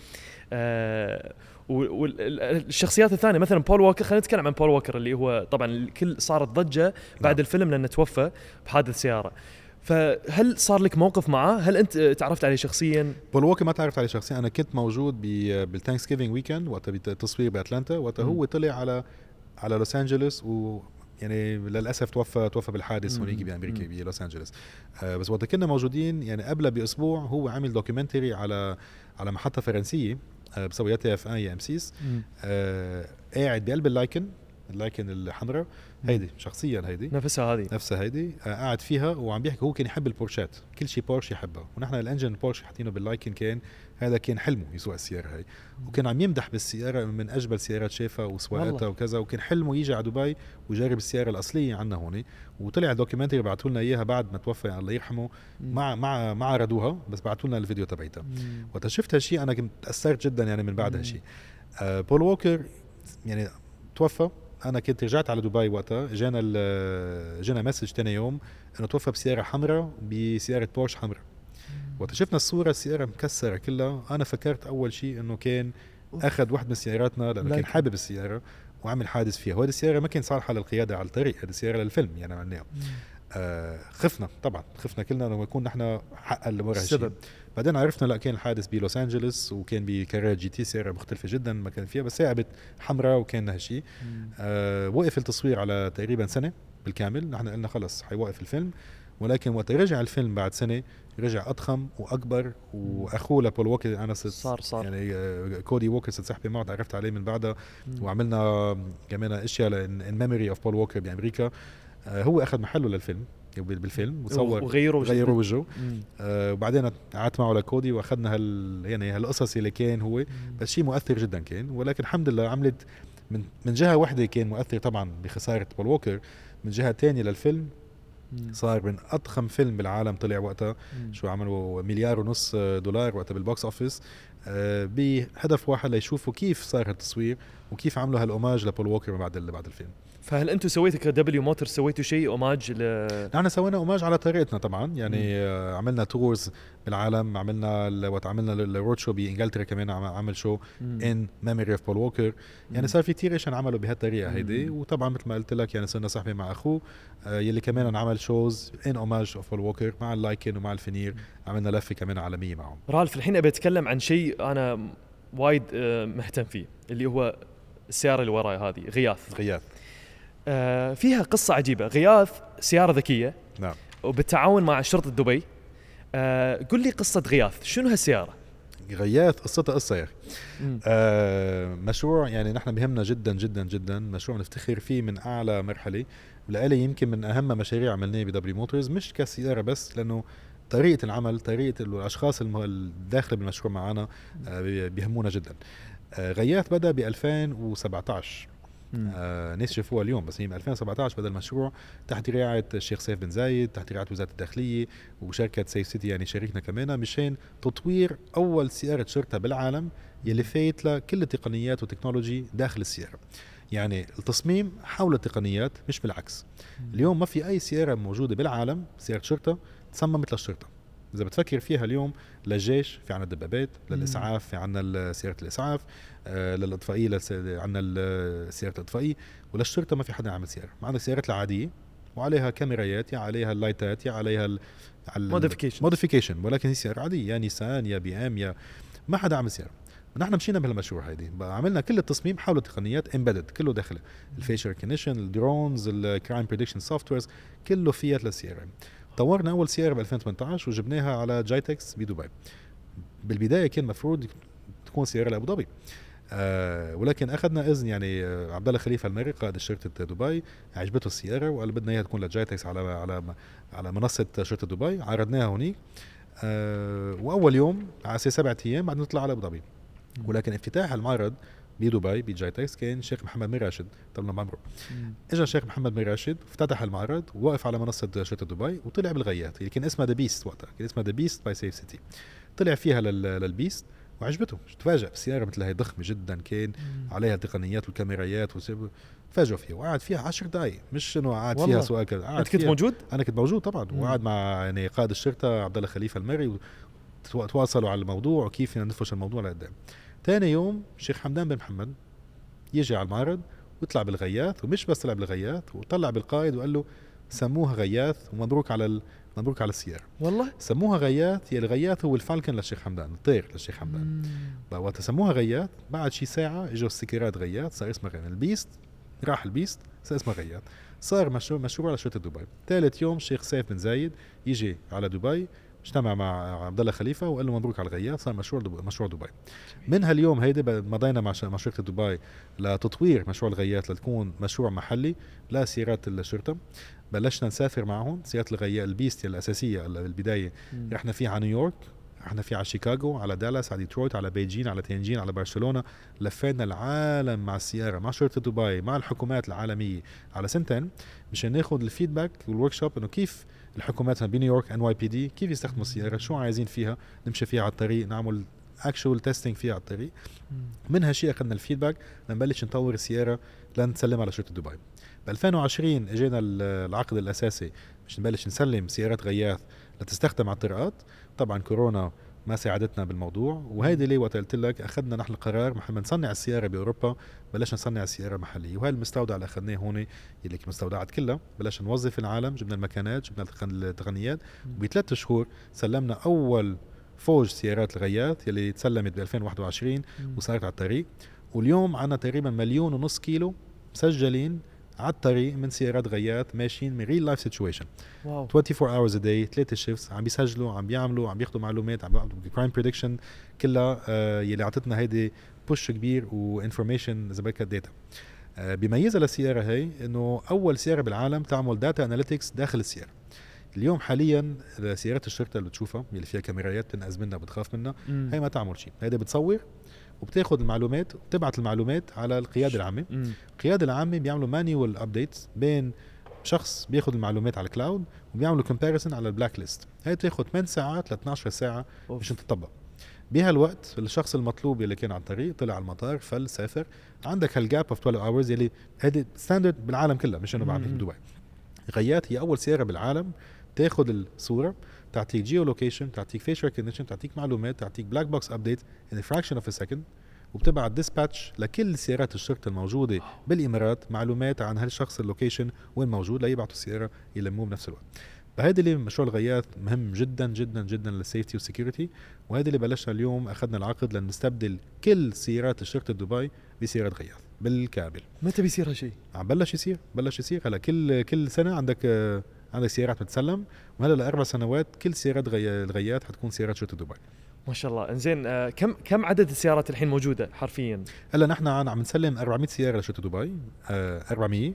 والشخصيات الثانيه مثلا بول ووكر. خلينا نتكلم عن بول ووكر اللي هو طبعا الكل صارت ضجه بعد الفيلم لانه توفى بحادث سياره. فهل صار لك موقف معاه؟ هل انت تعرفت عليه شخصيا؟ بول ووكر ما تعرفت عليه شخصيا. انا كنت موجود بالثانكس جيفينج ويكند وقت التصوير باتلانتا. وقت هو طلع على لوس انجلوس يعني للاسف توفى بالحادث هونيك بامريكا بلوس انجلوس. بس وقت كنا موجودين يعني قبل باسبوع هو عامل دوكيومنتري على محطه فرنسيه بسوي TF1 ام6. قاعد بقلب اللايكن الحمراء هيدي شخصيا هيدي نفسها هيدي قاعد فيها وعم بيحكي. هو كان يحب البورشات كل شيء بورش يحبها. ونحن الانجن بورش حاطينه باللايكن هذا كان حلمه يسوق السياره هاي. وكان عم يمدح بالسياره من اجمل سيارات شافها وسواقتها وكذا. وكان حلمه يجي على دبي ويجرب السياره الاصليه عندنا هون. وطلع دوكيومنتري بعثوا لنا اياها بعد ما توفى الله يرحمه. ما عرضوها بس بعثوا لنا الفيديو تبعتها. وقت شفت هالشيء انا كنت تاثرت جدا يعني من بعد هالشيء. بول ووكر يعني توفى. انا كنت رجعت على دبي وقتها جانا مسج تاني يوم انه توفى بسياره حمراء بسياره بورش حمراء. وقت شفنا الصوره السياره مكسره كلها انا فكرت اول شيء انه كان اخذ واحد من سياراتنا لانه كان حابب السياره وعمل حادث فيها. وهذه السياره ما كان صالحه للقياده على الطريق. هذه السياره للفيلم يعني عملناها. خفنا كلنا انه يكون نحن حق اللي ورا السبب. بعدين عرفنا لا كان الحادث بلوس انجلوس وكان بكارات GT سياره مختلفه جدا ما كان فيها بس ثابت حمراء وكان هالشيء. وقف التصوير على تقريبا سنه بالكامل. نحن قلنا خلص حيوقف الفيلم. ولكن وقت رجع الفيلم بعد سنه رجع اضخم واكبر، واخوه لبول ووكر انا صار يعني كودي ووكر صاحبي معه تعرفت عليه من بعدها، وعملنا كمان اشياء ان ميموري اوف بول ووكر بامريكا. هو اخذ محله للفيلم بالفيلم وصور غيروا وجهه. وبعدين قعدت معه لكودي واخذنا يعني هالقصص اللي كان هو بس شيء مؤثر جدا كان. ولكن الحمد لله عملت من جهه واحده كان مؤثر طبعا بخساره بول ووكر، من جهه تانية للفيلم صار من اضخم فيلم بالعالم طلع وقتها. شو عملوا $1.5 مليار وقتها بالبوكس اوفيس، بهدف واحد ليشوفوا كيف صار هالتصوير وكيف عملوا هالأوماج لبول ووكر بعد الفيلم. فهل انتم سويتوا كدبليو موتور سويتوا شيء اوماج نحن سوينا اوماج على طريقتنا طبعا يعني. عملنا تورز بالعالم، عملنا الرود شو بانجلترا كمان، عمل شو ان ميموري اوف بول ووكر. يعني صار في كثير اشياء عملوا بهالطريقه هيدي. وطبعا مثل ما قلت لك يعني صرنا صاحبي مع اخوه يلي كمان عمل شوز ان اوماج اوف بول ووكر مع اللايكن ومع الفينير. عملنا لفه كمان عالميه معهم. رالف الحين ابي اتكلم عن شيء انا وايد مهتم فيه، اللي هو السياره اللي وراي هذه غياث. فيها قصة عجيبة. غياث سيارة ذكية، نعم، وبالتعاون مع شرطة دبي. قل لي قصة غياث، شنو هالسيارة؟ غياث قصتها قصة يا مشروع يعني نحن بهمنا جدا جدا جدا، مشروع نفتخر فيه من أعلى مرحلة. لألي يمكن من أهم مشاريع عملناه بدبليو موتورز، مش كسيارة بس، لأنه طريقة العمل، طريقة الأشخاص الداخل بالمشروع معنا بيهمونا جدا. غياث بدأ ب 2017. ناس شافوها اليوم، بس هي من 2017 بدأ المشروع تحت رعاية الشيخ سيف بن زايد، تحت رعاية وزارة الداخلية وشركة سيف سيتي يعني شريكنا كمان، مشان تطوير أول سيارة شرطة بالعالم يلي فايت لكل التقنيات والتكنولوجي داخل السيارة. يعني التصميم حول التقنيات مش بالعكس. اليوم ما في أي سيارة موجودة بالعالم سيارة شرطة تصممت للشرطة. إذا بتفكر فيها اليوم، للجيش في عنا الدبابات، للإسعاف في عنا سيارة الإسعاف، للإطفائية عنا سيارة الإطفائية، وللشرطة ما في حدا عامل سيارة. ما عندك سيارات العادية وعليها كاميرايات، يا عليها اللايتات، يا عليها موديفيكيشن، ولكن هي سيارة عادية، يا نيسان يا بي ام، يا ما حدا عامل سيارة. نحن مشينا بهالمشروع هيدي، عملنا كل التصميم حول التقنيات امبيدد كله داخله، الفيشر ريكوجنيشن، الدرونز، الكرايم بريدكشن سوفتويرز، كله فيات للسيارة. طورنا اول سياره ب 2018 وجبناها على جايتكس بدبي. بالبدايه كان مفروض تكون سياره لابو ظبي، ولكن اخذنا اذن يعني عبد الله خليفه المري قائد شرطه دبي عجبته السياره وقال بدنا اياها تكون لجايتكس على منصه شرطه دبي. عرضناها هونيك، واول يوم على 7 ايام بعد نطلع على ابو ظبي. ولكن افتتاح المعرض بدبي بجايتكس كان الشيخ محمد بن راشد طلنا بعمره. اجى الشيخ محمد بن راشد افتتح المعرض ووقف على منصه شرطه دبي وطلع بالغيات اللي كان اسمها ذا بيست وقتها، كان اسمها ذا بيست باي سيف سيتي. طلع فيها للبيست وعجبته، تفاجئ بسياره مثل هي ضخمه جدا كان عليها تقنيات والكاميرايات تفاجئوا فيها. وقعد فيها 10 دقائق، مش انه قعد فيها سؤال كذا. انت كنت موجود؟ انا كنت موجود طبعا. وقعد مع يعني قائد الشرطه عبد الله خليفه المري وتواصلوا على الموضوع وكيف فينا نفش الموضوع لقدام. ثاني يوم الشيخ حمدان بن محمد يجي على المعرض ويطلع بالغياث، ومش بس طلع بالغياث وطلع بالقائد وقال له سموها غياث ومبروك على مبروك على السيارة. والله سموها غياث. يا الغياث هو الفالكن للشيخ حمدان، الطير للشيخ حمدان. وقت سموها غياث بعد شي ساعة اجوا السكرات غياث، صار اسمها غياث. البيست راح البيست صار اسمها غياث، صار مشروع لشرطة دبي. ثالث يوم الشيخ سيف بن زايد يجي على دبي، اجتمع مع عبد الله خليفه وقال له مبروك على الغياث، صار مشروع دبي. من هاليوم هيدي مضينا مع شركه دبي لتطوير مشروع الغياث لتكون مشروع محلي لسيارات الشرطه. بلشنا نسافر معهم. سيارة الغياث البيست الاساسيه بالبدايه رحنا فيها على نيويورك، رحنا فيها على شيكاغو، على دالاس، على ديترويت، على بيجين، على تيانجين، على برشلونه. لفينا العالم مع السياره مع شرطه دبي مع الحكومات العالميه على سنتين مشان ناخذ الفيدباك والورك شوب انه كيف الحكومات بنيويورك NYPD كيف يستخدموا السيارة، شو عايزين فيها، نمشي فيها على الطريق، نعمل اكشوال تيستينج فيها على الطريق. من هالشيء اخذنا الفيدباك لنبلش نطور السيارة لنسلمها على شرطة دبي. ب 2020 اجينا العقد الاساسي مش نبلش نسلم سيارات غياث لتستخدم على الطرقات. طبعا كورونا ما ساعدتنا بالموضوع، وهيدي ليه وقت قلت لك اخذنا نحن القرار محل نصنع السياره باوروبا بلشنا نصنع السياره محليه. وهي المستودع اللي اخذناه هون اللي مستودعات كلها بلشنا نوظف العالم، جبنا المكانات، جبنا التقنيات، وب3 شهور سلمنا اول فوج سيارات الغياث يلي تسلمت ب 2021 وصارت على الطريق. واليوم عنا تقريبا 1.5 مليون كيلو مسجلين على الطريق من سيارات غيات ماشيين من ريل لايف سيتويشن واو 24 hours a day 3 شيفتس عم بيسجلوا عم بيعملوا عم بياخذوا معلومات عم بيعملوا كرايم بريدكشن كلها يلي اعطتنا هيدي بوش كبير وانفورميشن اذا بدك داتا. بيميزها للسياره هي انه اول سياره بالعالم تعمل داتا اناليتكس داخل السياره. اليوم حاليا سيارات الشرطه اللي بتشوفها اللي فيها كاميرات بتنقز منها بتخاف منها هي ما تعمل شيء، هيدا بتصور وبتاخذ المعلومات وبتبعت المعلومات على القياده العامه. القياده العامه بيعملوا مانيوال ابديتس بين شخص بياخذ المعلومات على الكلاود وبيعملوا كومباريسون على البلاك ليست. هي بتاخذ 8 ساعات ل 12 ساعه مشان تطبق. بهالوقت الشخص المطلوب اللي كان على الطريق طلع على المطار فل سافر، عندك هالجاب اوف 12 اورز اللي هيدي ستاندرد بالعالم كله مش انه بعمل بدبي. غيات هي اول سياره بالعالم تاخذ الصوره تعطيك جيو لوكيشن تعطيك فيس ريكوجنيشن تعطيك معلومات تعطيك بلاك بوكس ابديت ان فراكشن اوف ا سكند، وبتبعت ديسباتش لكل سيارات الشرطه الموجوده بالامارات معلومات عن هالشخص اللوكيشن وين موجود ليبعتوا السياره يلموه بنفس الوقت. فهذا اللي مشروع الغيات مهم جدا جدا جدا للسيفتي والسكيورتي، وهذا اللي بلشنا اليوم اخذنا العقد لنستبدل كل سيارات الشرطه دبي بسيارات غيات بالكامل. متى بيصير هالشيء؟ عم بلش يصير هلا كل سنه عندك سيارات متسلم، وهلا ل4 سنوات كل سيارات الغيات حتكون سيارات شرطه دبي. ما شاء الله. انزين كم عدد السيارات الحين موجوده حرفيا؟ هلا نحن عم نسلم 400 سياره لشرطه دبي. 400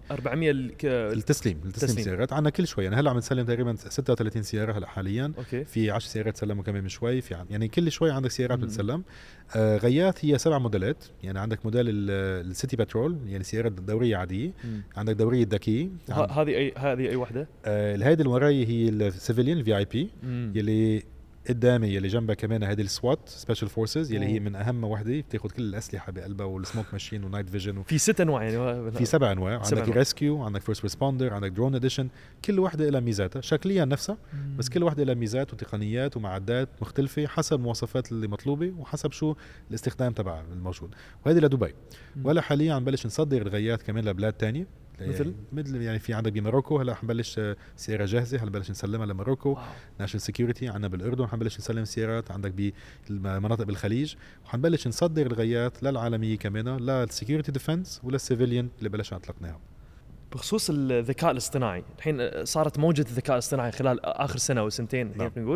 التسليم سيارات عندنا كل شوي. يعني هلا عم نسلم تقريبا 36 سياره هلا حاليا. أوكي. في 10 سيارات سلموا كمان من شوي، في يعني كل شوي عندك سيارات بتسلم. غيات هي 7 موديلات، يعني عندك موديل السيتي بترول يعني سياره دوريه عاديه. عندك دوريه ذكيه. هذه اي وحده؟ هيدي اللي وراي هي السيفيليان الفي اي بي يلي قدامي يلي جنبها كمان هذه السوات سبيشال فورسز يلي هي من اهم وحده بتاخذ كل الاسلحه بقلبها والسموك ماشين ونايت فيجن في 6 انواع يعني في 7 انواع. عندك ريسكيو، عندك فيرست ريسبوندر، عندك درون اديشن، كل وحده لها ميزاتها شكليا نفسها بس كل وحده لها ميزات وتقنيات ومعدات مختلفه حسب المواصفات اللي مطلوبه وحسب شو الاستخدام تبعها الموجود. وهذه لدبي. ولا حاليا عم بلش نصدر الغيات كمان لبلاد تانية مثل يعني في عندك بموروكو هلا حنبلش سياره جاهزه هلا بلش نسلمها لموروكو. ناشونال سيكيورتي عندنا بالاردن حنبلش نسلم سيارات، عندك بمناطق بالخليج، وحنبلش نصدر الغيات للعالميه كمان للسكيورتي ديفنس وللسيفيليان اللي بلشنا اطلقناها. بخصوص الذكاء الاصطناعي الحين صارت موجة الذكاء الاصطناعي خلال آخر سنة أو سنتين نقول،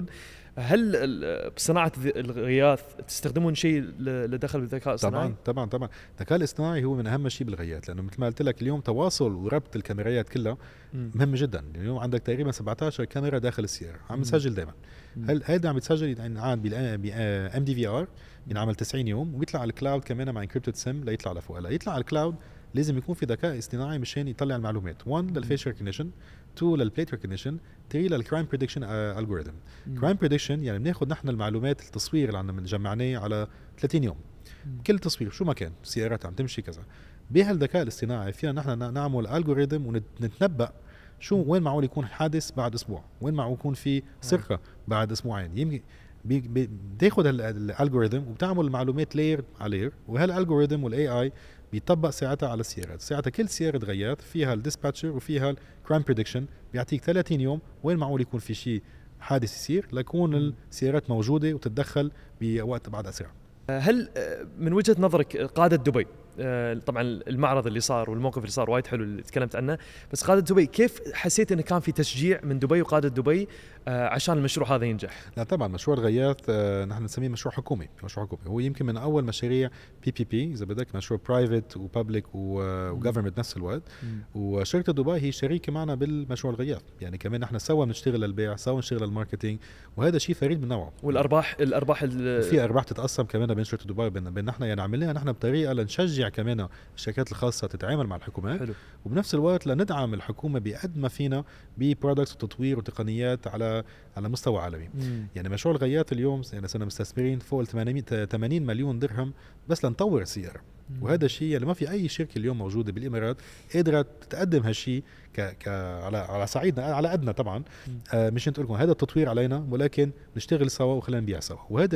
هل بصناعة الغياث تستخدمون شيء لدخل بالذكاء الاصطناعي؟ طبعا الذكاء الاصطناعي هو من أهم شيء بالغياث، لأنه مثل ما قلت لك اليوم تواصل وربط الكاميرات كلها مهم جدا. اليوم عندك تقريبا 17 كاميرا داخل السيارة عم تسجل دائما. هيدا عم يتسجل يعني ام دي في ار ينعمل 90 يوم ويطلع على الكلاود كمان مع انكريبتد سيم ليطلع لفوق. هلا يطلع على الكلاود لازم يكون في ذكاء اصطناعي مشان يطلع المعلومات. 1 للفيس ريكوجنيشن، 2 للبليت ريكوجنيشن، 3 للكرايم بريدكشن الجوريثم. كرايم بريدكشن يعني بناخذ نحن المعلومات التصوير اللي عندنا جمعناه على 30 يوم. كل تصوير شو ما كان سيارات عم تمشي كذا، بهالذكاء الاصطناعي فينا نحن نعمل الجوريثم ونتنبأ شو وين معقول يكون حادث بعد اسبوع، وين معقول يكون في سرقه بعد اسبوعين. يمكن بتاخذ الالجوريثم وبتعمل المعلومات لاير على لاير، وهالالجوريثم والاي اي بيطبق ساعتها على السيارات. ساعتها كل سياره غيات فيها الديسباتشر وفيها الكرايم بريدكشن بيعطيك 30 يوم وين معقول يكون في شيء حادث يصير ليكون السيارات موجوده وتتدخل بوقت بعد اسرع. هل من وجهة نظرك قادة دبي، طبعا المعرض اللي صار والموقف اللي صار وايد حلو اللي تكلمت عنه، بس قادة دبي كيف حسيت انه كان في تشجيع من دبي وقادة دبي عشان المشروع هذا ينجح؟ لا طبعا مشروع الغيات نحن نسميه مشروع حكومي. هو يمكن من اول مشاريع بي اذا بدك مشروع برايفت وبابليك وجفرمنت نفس الوقت. وشركه دبي هي شريكه معنا بالمشروع الغيات، يعني كمان نحن سوا بنشتغل للبيع سوا نشتغل للماركتينج، وهذا شيء فريد من نوعه. والارباح في ارباح تتقسم كمان بين شركه دبي بين نحن، يعني عملناها نحن بطريقه لنشجع كمان الشركات الخاصه تتعامل مع الحكومات. حلو. وبنفس الوقت لندعم الحكومه بقد ما فينا ببرودكتس وتطوير وتقنيات على مستوى عالمي. يعني مشروع الغيات اليوم يعني صرنا مستثمرين فوق 80 مليون درهم بس لنطور السياره. وهذا الشيء اللي ما في اي شركه اليوم موجوده بالامارات قادره تقدم هالشيء على صعيدنا على قدنا طبعا. مش نقول لكم هذا التطوير علينا، ولكن نشتغل سوا وخلينا نبيع سوا. وهذا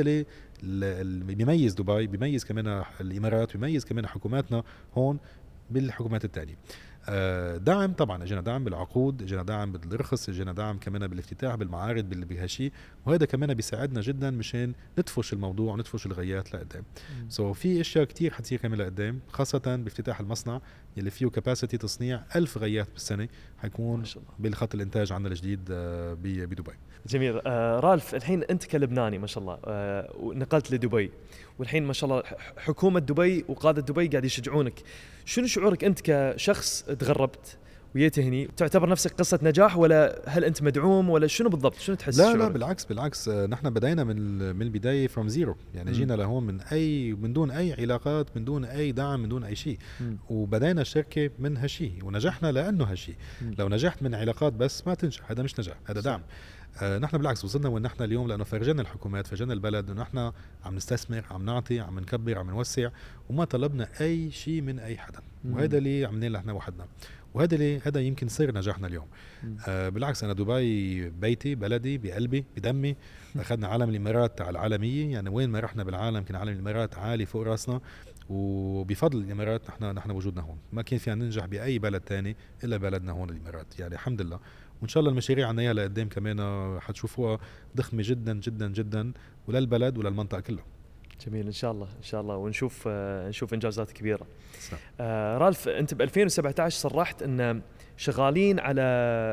اللي بيميز دبي، بيميز كمان الامارات، بيميز كمان حكوماتنا هون بالحكومات الثانيه. دعم طبعا، اجينا دعم بالعقود، اجينا دعم بالرخص، اجينا دعم كمان بالافتتاح بالمعارض بهالشيء، وهذا كمان بيساعدنا جدا مشان ندفش الموضوع وندفش الغايات لقدام. في اشياء كتير حتصير كمان لقدام، خاصه بافتتاح المصنع يلي فيه كاباسيتي تصنيع 1000 غيات بالسنه، حيكون بالخط الانتاج عندنا الجديد بدبي. جميل. رالف، الحين انت كلبناني ما شاء الله، ونقلت لدبي، والحين ما شاء الله حكومه دبي وقاده دبي قاعد يشجعونك. شنو شعورك انت كشخص تغربت وجيت هني؟ تعتبر نفسك قصه نجاح، ولا هل انت مدعوم، ولا شنو بالضبط؟ شنو تحس؟ لا بالعكس نحن بدينا من البدايه فروم زيرو، يعني جينا لهون من دون اي علاقات، من دون اي دعم، من دون اي شيء، وبدينا الشركه من هالشيء ونجحنا لانه هالشيء. لو نجحت من علاقات بس ما تنجح، هذا مش نجاح، هذا دعم. نحن بالعكس وصلنا وين نحن اليوم لانه فرجنا الحكومات، فرجنا البلد انه نحن عم نستثمر، عم نعطي، عم نكبر، عم نوسع، وما طلبنا اي شيء من اي حدا. وهذا اللي عملناه نحن وحدنا، هذا يمكن سر نجاحنا اليوم. بالعكس انا دبي بيتي، بلدي، بقلبي، بدمي. اخذنا علم الامارات على العالميه، يعني وين ما رحنا بالعالم كان علم الامارات عالي فوق راسنا، وبفضل الامارات نحن وجودنا هون. ما كان فينا ننجح باي بلد تاني الا بلدنا هون الامارات، يعني الحمد لله. وان شاء الله المشاريع عنا اياها لقدام كمان حتشوفوها ضخمه جدا جدا جدا، وللبلد وللمنطقه كلها. جميل، ان شاء الله، ونشوف انجازات كبيره. رالف، انت ب 2017 صرحت ان شغالين على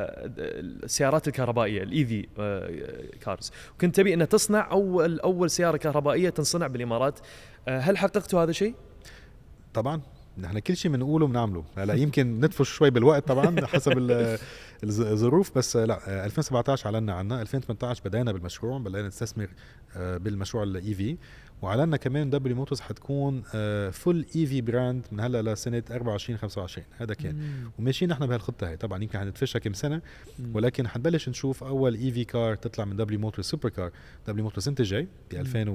السيارات الكهربائيه الاي في كارز، وكنت تبي ان تصنع اول سياره كهربائيه تنصنع بالامارات. هل حققتوا هذا الشيء؟ طبعا نحن كل شيء بنقوله بنعمله. هلا يمكن ندفش شوي بالوقت طبعا حسب الظروف، بس لا 2017 اعلنا عنه، 2018 بدأنا بالمشروع، بدأنا نستثمر بالمشروع الاي في، واعلنا كمان دبليو موتورز حتكون فول اي في براند من هلا لسنه 24 25. هذا كان وماشيين نحن بهالخطه هي. طبعا يمكن حنتفشها كم سنه، ولكن حنبلش نشوف اول اي في كار تطلع من دبليو موتورز، سوبر كار دبليو موتورز السنه الجاي ب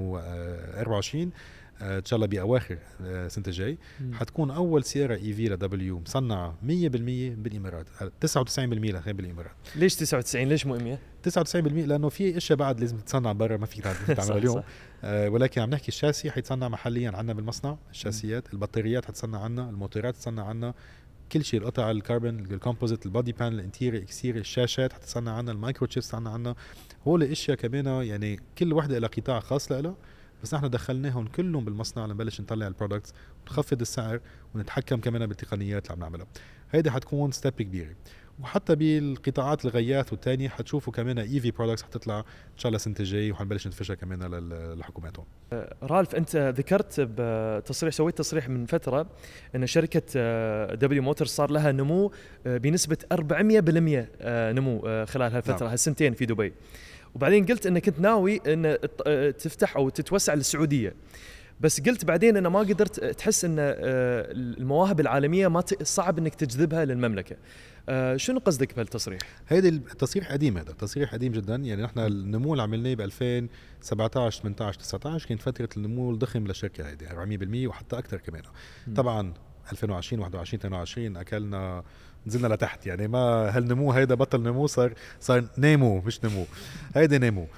2024 ان شاء الله باواخر السنه الجاي. حتكون اول سياره اي في لدبليو مصنعه 100% بالامارات، 99% بالامارات. ليش 99؟ ليش مو 100؟ 99% لانه في اشياء بعد لازم تتصنع برا ما فيك تعملها اليوم. ولكن عم نحكي الشاسي حيتصنع محليا عندنا بالمصنع، الشاسيات، البطاريات حتصنع عنا، الموتورات حتصنع عنا، كل شيء، القطع الكربون، الكومبوزيت، البودي بانل، الانتيريور، اكستيريور، الشاشات حتصنع عنا، المايكرو تشيبس عنا. هول الاشياء كمان يعني كل وحده لها قطاع خاص لها، بس نحن دخلناهم كلهم بالمصنع لنبلش نطلع البرودكتس ونخفض السعر ونتحكم كمان بالتقنيات اللي عم نعملها. هيدي حتكون ستيب كبيره. وحتى بالقطاعات الغيات والتانية حتشوفوا كمان اي في برودكتس حتطلع ان شاء الله السنه الجايه، وحنبلش نفشها كمان للحكومات هون. رالف، انت ذكرت بتصريح، سويت تصريح من فتره ان شركه دبليو موتورز صار لها نمو بنسبه 400% نمو خلال هالفتره، هالسنتين في دبي. وبعدين قلت انك كنت ناوي ان تفتح او تتوسع للسعوديه، بس قلت بعدين ان ما قدرت، تحس ان المواهب العالميه ما صعب انك تجذبها للمملكه. شنو قصدك بهالتصريح؟ هيدا التصريح قديم، هذا تصريح قديم جدا. يعني نحن النمو اللي عملناه ب 2017 18 19 كانت فتره النمو الضخم للشركه هيدي 400% وحتى اكثر كمان. طبعا 2020 21 22 اكلنا، نزلنا لتحت، يعني ما هالنمو هيدا بطل نمو، صار نيمو مش نمو، هيدا نيمو.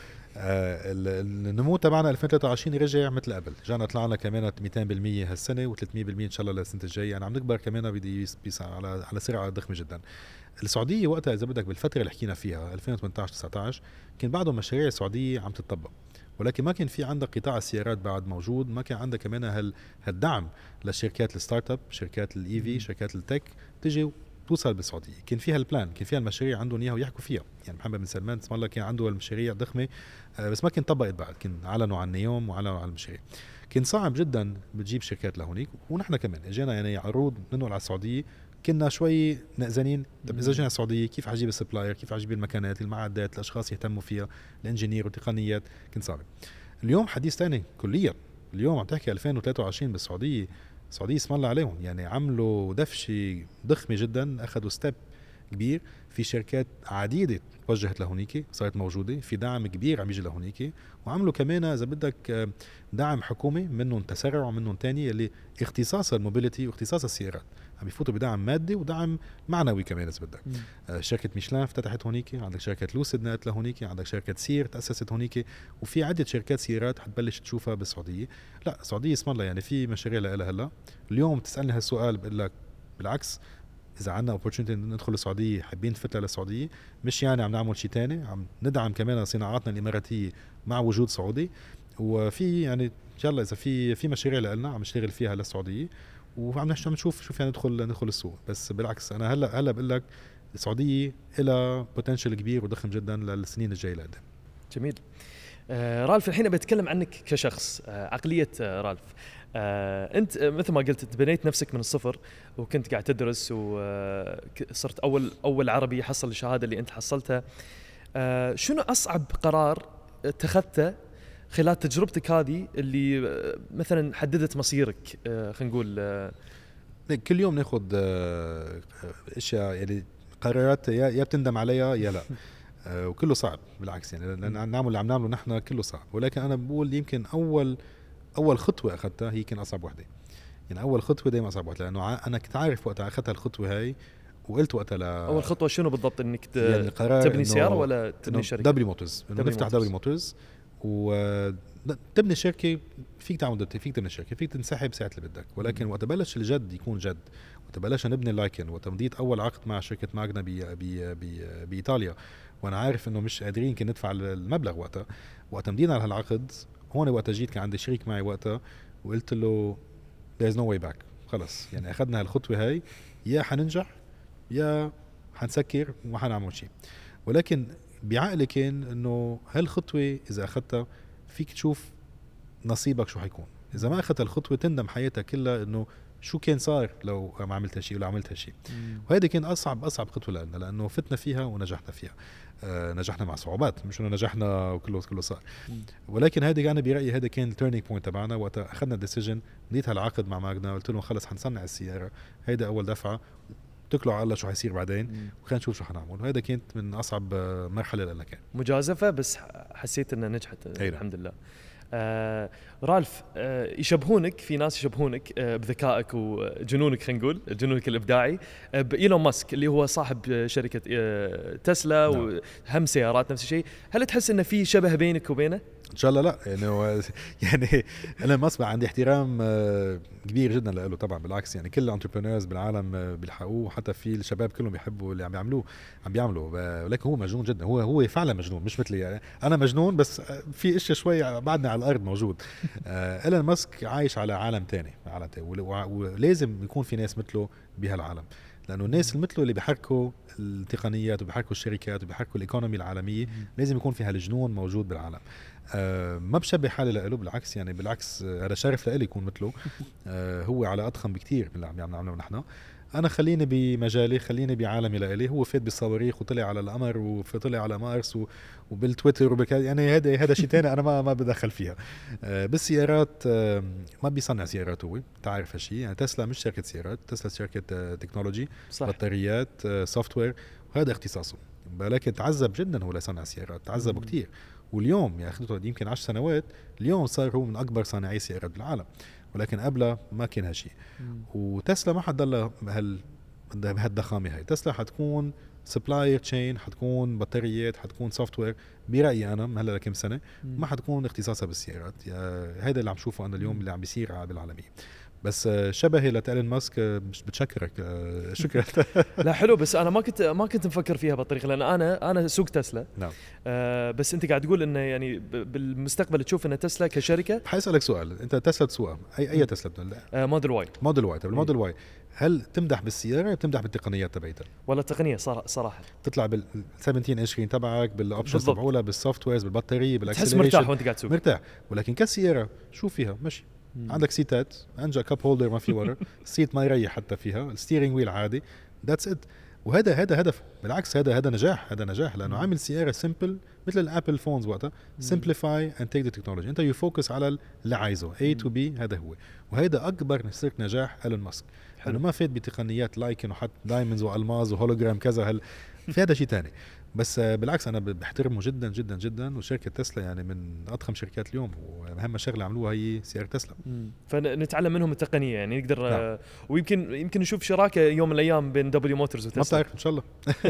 النمو تبعنا 2023 رجع مثل قبل، جانا طلعنا كمان 200% هالسنه و300% ان شاء الله للسنه الجايه. يعني عم نكبر كمان بدي على سرعه ضخمه جدا. السعوديه وقتها اذا بدك بالفتره اللي حكينا فيها 2018 19 كان بعده مشاريع السعوديه عم تتطبق، ولكن ما كان في عندك قطاع السيارات بعد موجود، ما كان عندك كمان هالدعم للشركات الستارت اب، شركات الاي في، شركات التك تجي توصل بالسعوديه. كان فيها البلان، كان فيها المشاريع عندهم اياها ويحكوا فيها. يعني محمد بن سلمان اسم الله كان عنده المشاريع ضخمه، بس ما كان طبقت بعد، كان اعلنوا عن اليوم واعلنوا عن المشاريع. كان صعب جدا بتجيب شركات لهونيك، ونحن كمان اجينا يعني عروض ننقل على السعوديه، كنا شوي نقزانين. طب اذا جينا السعوديه كيف حجيب السبلاير، كيف حجيب المكانات، المعدات، الاشخاص يهتموا فيها، الانجينير والتقنيات، كان صعب. اليوم حديث ثاني كليا. اليوم عم تحكي 2023 بالسعوديه، السعوديه اسم الله عليهم، يعني عملوا دفشه ضخمه جدا، اخذوا ستيب كبير. في شركات عديده توجهت لهونيك، صارت موجوده، في دعم كبير عم يجي لهونيك، وعملوا كمان اذا بدك دعم حكومي، منهم تسرع ومنهم تاني اللي اختصاص الموبيليتي واختصاص السيارات، عم يفوتوا بدعم مادي ودعم معنوي كمان اذا بدك. شركه ميشلان فتحت هونيك، عندك شركه لوسيد نقلت لهونيك، عندك شركه سير تاسست هونيك، وفي عده شركات سيارات حتبلش تشوفها بالسعوديه. لا السعوديه اسم الله يعني في مشاريع لها هلا. اليوم تسالني هالسؤال بقول لك بالعكس، اذا عندنا opportunity ندخل السعوديه حابين نفتح للسعوديه، مش يعني عم نعمل شيء تاني، عم ندعم كمان صناعاتنا الاماراتيه مع وجود سعودي. وفي يعني ان شاء الله اذا في مشاريع لنا عم نشتغل فيها للسعوديه، وعم نشوف شو فينا ندخل السوق. بس بالعكس انا هلا بقول لك السعوديه لها بوتنشل كبير وضخم جدا للسنين الجايه لقدام. جميل. رالف الحين بتكلم عنك كشخص، عقلية رالف. أنت مثل ما قلت بنيت نفسك من الصفر، وكنت قاعد تدرس، وصرت أول عربي يحصل الشهادة اللي أنت حصلتها. شنو أصعب قرار اتخذته خلال تجربتك هذه اللي مثلا حددت مصيرك؟ خلينا نقول كل يوم ناخذ اشياء يعني قرارات يا بتندم عليها يا لا. وكله صعب بالعكس، يعني لان نعمل اللي عم نعمله نحن كله صعب، ولكن انا بقول يمكن اول خطوه اخذتها هي كان اصعب وحده. يعني اول خطوه دائما اصعب وحده، لانه انا كنت عارف وقتها اخذت الخطوه هاي، وقلت وقتها أول خطوة شنو بالضبط؟ إنك يعني تبني سيارة ولا تبني شركة؟ دبليو موتورز، نفتح دبليو موتورز وتبني شركه. فيك تعمل فيك تبني شركه، فيك تنسحب ساعه اللي بدك، ولكن وقت بلش الجد يكون جد، وقت بلش نبني لايكن، وقت مضيت اول عقد مع شركه ماغنا بايطاليا، وانا عارف انه مش قادرين كنا ندفع المبلغ وقت مضينا على هالعقد، هون وقت جيت كان عندي شريك معي وقتها، وقلت له there's no way back. خلص يعني اخذنا هالخطوه هاي، يا حننجح يا حنسكر وما حنعمل شيء. ولكن بعقلي كان انه هالخطوه اذا اخذتها فيك تشوف نصيبك شو حيكون. اذا ما اخذت الخطوه تندم حياتك كلها انه شو كان صار لو ما عملت هالشيء ولا عملت هالشيء. وهذا كان اصعب خطوه لنا، لانه فتنا فيها ونجحنا فيها. نجحنا مع صعوبات، مش انه نجحنا وكله صار. ولكن هذا انا برايي هذا كان التيرنينج بوينت تبعنا، وقت اخذنا الديسيجن بديت هالعقد مع ماغنا، قلت لهم خلص حنصنع السياره، هيدا اول دفعه، تكلوا على الله شو حيصير بعدين، وخلينا نشوف شو حنعمل. وهذا كانت من اصعب مرحله لنا، كان مجازفه بس حسيت انها نجحت الحمد لله. رالف، يشبهونك، في ناس يشبهونك بذكائك وجنونك، خلينا نقول جنونك الابداعي، بإيلون ماسك اللي هو صاحب شركه تسلا، وهم سيارات نفس الشيء. هل تحس انه في شبه بينك وبينه؟ ان شاء الله لا، يعني انا ماسك عندي احترام كبير جدا له طبعا، بالعكس يعني كل الانتربرينورز بالعالم بيلحقوه، حتى في الشباب كلهم بيحبوا اللي عم بيعملوا. ولكن هو مجنون جدا، هو فعلا مجنون، مش مثلي يعني. انا مجنون بس في اشياء شوي بعدنا على الارض موجود. إيلون ماسك عايش على عالم تاني، ولازم يكون في ناس مثله بهالعالم، لانه الناس اللي مثله اللي بيحركوا التقنيات وبيحركوا الشركات وبيحركوا الايكونومي العالميه، لازم يكون في هالجنون موجود بالعالم. ما بشبه حالي له، بالعكس يعني بالعكس هذا شرف لإلي يكون مثله. هو على أضخم بكتير من اللي عم نعمله نحن. أنا خليني بمجالي، خليني بعالمي لإلي. هو فات بالصواريخ وطلع على القمر وطلع على مارس وبالتويتر يعني هذا شيء تاني أنا ما بدخل فيها. بالسيارات ما بيصنع سيارات، هو تعرف هالشيء يعني. تسلا مش شركة سيارات، تسلا شركة تكنولوجي، بطاريات، سوفت وير، وهذا اختصاصه. ولكن تعذب جدا هو ليصنع سيارات، تعذبوا كتير. واليوم يعني أخذته يمكن 10 سنوات، اليوم صار هو من أكبر صانعي سيارات بالعالم، ولكن قبله ما كان هالشيء. وتسلا ما حتضل بهالضخامة هاي. تسلا حتكون سبلاير تشين، حتكون بطاريات، حتكون سوفت وير، برأيي أنا هلا لكم سنة ما حتكون اختصاصها بالسيارات. هذا اللي عم شوفه أنا اليوم اللي عم بيصير بالعالمية. بس شبهي لإيلون ماسك، مش بتشكرك شكرا. لا حلو، بس انا ما كنت مفكر فيها بالطريقه، لان انا سوق تسلا. نعم. بس انت قاعد تقول انه يعني بالمستقبل تشوف ان تسلا كشركه. حيسألك سؤال، انت تسلا تسوقها اي تسلا؟ موديل واي. طب الموديل واي هل تمدح بالسياره، تمدح بالتقنيات تبعتها؟ ولا التقنيه صراحه تطلع بال 17 انش تبعك، بالاوبشنز تبعولها، بالسوفت ويرز، بالبطاريه، بالاكسلريشن، تحس مرتاح وانت قاعد تسوق، مرتاح. ولكن كسياره شو فيها؟ ماشي. عندك سيتات، انجا كاب هولدر ما في ورا، السيت ما يريح حتى فيها، الستيرنج ويل عادي، ذاتس ات. وهذا هدف، بالعكس هذا نجاح لانه عامل سياره سمبل مثل الابل فونز وقتها، سمبليفاي اند تيك ذا تكنولوجي. انت يفوكس على اللي عايزه، A to B، هذا هو. وهذا اكبر سر نجاح إيلون ماسك، انه ما فات بتقنيات لايكن وحط دايموندز والماز وهولوجرام كذا، في هذا شيء تاني. بس بالعكس انا بحترمه جدا جدا جدا. وشركه تسلا يعني من اضخم شركات اليوم، واهم شغله عملوها هي سياره تسلا. فنتعلم منهم التقنيه يعني، نقدر ويمكن نشوف شراكه يوم من الايام بين دبليو موتورز وتسلا، ما بتعرف ان شاء الله.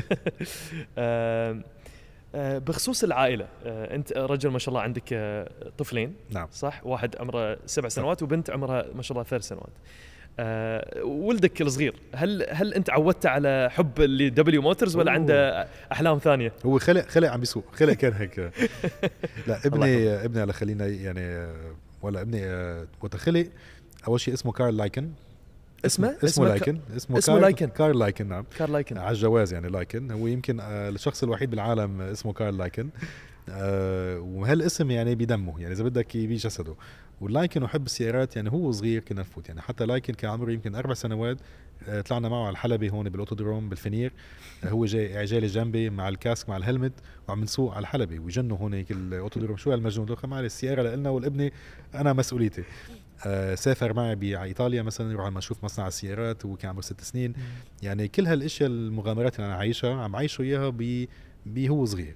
بخصوص العائله، انت رجل ما شاء الله عندك طفلين. نعم. صح، واحد عمره 7 سنوات وبنت عمرها ما شاء الله 3 سنوات. ولدك الصغير هل انت عودته على حب لدبليو موتورز ولا عنده احلام ثانيه؟ هو خلق عم بيسوق، خلق كان هيك. لا ابني على خلينا يعني ولا ابني وتخلق اول شيء اسمه كارل لايكن. اسمه لايكن. اسمه لايكن. كارل لايكن. نعم كارل لايكن على الجواز يعني لايكن. هو يمكن الشخص الوحيد بالعالم اسمه كارل لايكن. وهالاسم يعني بدمه، يعني اذا بدك بجسده. واللايكن وحب السيارات يعني هو صغير كنا نفوت، يعني حتى لايكن كان عمره يمكن 4 سنوات. طلعنا معه على الحلبة هون بالاوتودروم بالفنير. هو جاي جنبي مع الكاسك مع الهلمت وعم نسوق على الحلبة ويجنوا هون هيك الاوتودروم. شو هالمجنون ده؟ معلش السيارة لنا والابني انا مسؤوليتي. سافر معي على ايطاليا مثلا، نروح على نشوف مصنع السيارات وكان عمره 6 سنين. يعني كل هالاشياء المغامرات اللي انا عايشها عم عايشه اياها هو صغير.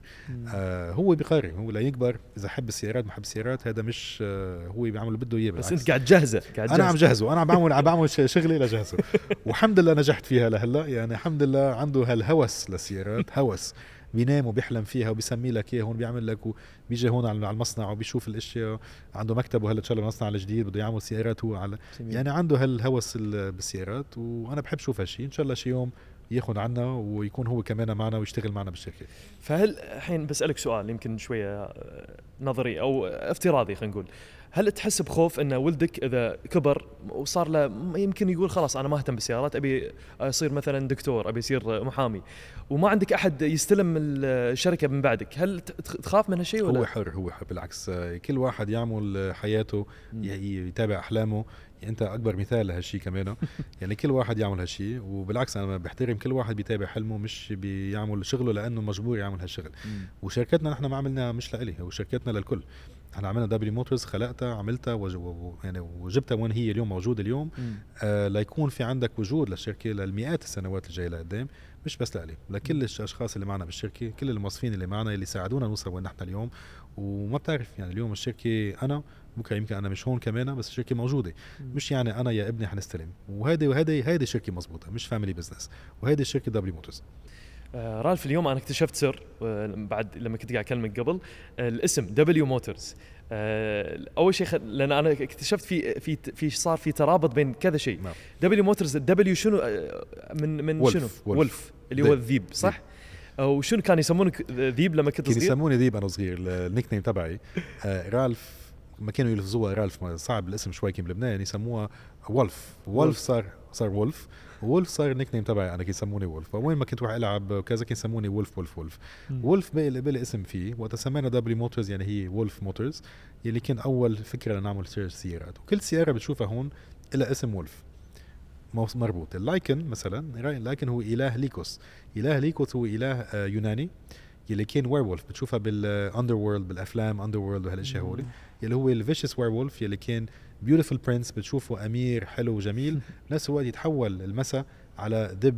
هو بيقرر هو لا يكبر اذا حب السيارات ما حب السيارات، هذا مش هو بيعمل اللي بده اياه. بس انت قاعد جاهزه انا عم جهزه، انا عم بعمل شغلي لجهزه. والحمد لله نجحت فيها لهلا. يعني الحمد لله عنده هالهوس للسيارات، هوس بينام وبيحلم فيها وبيسمي لك اياه هون، بيعمل لك وبيجي هون على المصنع وبيشوف الاشياء. عنده مكتب وهلا تشغل المصنع الجديد بده يعمل سيارات هو على يعني عنده هالهوس بالسيارات. وانا بحب شوف هالشيء. ان شاء الله شي يوم ياخذ عنا ويكون هو كمان معنا ويشتغل معنا بالشركه. فهل الحين بسألك سؤال يمكن شويه نظري او افتراضي، خلينا نقول، هل تحس بخوف ان ولدك اذا كبر وصار له يمكن يقول خلاص انا ما اهتم بالسيارات، ابي اصير مثلا دكتور، ابي اصير محامي، وما عندك احد يستلم الشركه من بعدك، هل تخاف من هالشيء ولا؟ هو حر بالعكس. كل واحد يعمل حياته، يتابع احلامه. انت اكبر مثال لهالشيء كمان. يعني كل واحد يعمل هالشيء، وبالعكس انا بحترم كل واحد بيتابع حلمه، مش بيعمل شغله لانه مجبور يعمل هالشغل. وشركتنا نحن ما عملنا مش لإلي، هو شركتنا للكل. احنا عملنا دبليو موتورز، خلقتها عملتها يعني وجبتها وين هي اليوم موجوده اليوم. ليكون في عندك وجود للشركه للمئات السنوات الجايه لقدام، مش بس لإلي، لكل الاشخاص اللي معنا بالشركه، كل الموظفين اللي معنا اللي ساعدونا نوصل وين نحن اليوم. وما بتعرف يعني اليوم الشركه انا بكره يمكن انا مش هون كمان، بس الشركه موجوده. مش يعني انا يا ابني حنستلم. وهيدي شركه مزبوطه، مش فاميلي بزنس. وهيدي الشركه دبليو موتورز. رالف، اليوم انا اكتشفت سر بعد لما كنت قاعد اكلمك قبل. الاسم دبليو موتورز، اول شيء لان انا اكتشفت في صار في ترابط بين كذا شيء. دبليو موتورز، الدبليو شنو من ولف. شنو ولف اللي هو الذيب، صح؟ وشنو كان يسمونك ذيب لما كنت صغير؟ كانوا يسموني ذيب انا صغير. النيك نيم تبعي رالف، ما كانوا يلفظوها رالف، صعب الاسم شوي كان بلبنان يسموها وولف. صار وولف. وولف صار النيك نيم تبعي انا، كيسموني وولف. وين ما كنت راح العب وكذا كان يسموني وولف. وولف بقى اسم فيه. وقت سمينا دبليو موتورز يعني هي وولف موتورز، يلي كان اول فكره لنعمل سيارات. وكل سياره بتشوفها هون لها اسم وولف مربوط. اللايكن مثلا، اللايكن هو اله ليكوس. اله ليكوس هو اله يوناني يلي كان ويرولف، بتشوفها بالاندر وورلد، بالافلام اندر وورلد وهالاشياء هولي. يلي هو الفيشس ويرولف يلي كان بيوتيفول برنس، بتشوفه امير حلو وجميل، بنفس الوقت يتحول المسا على دب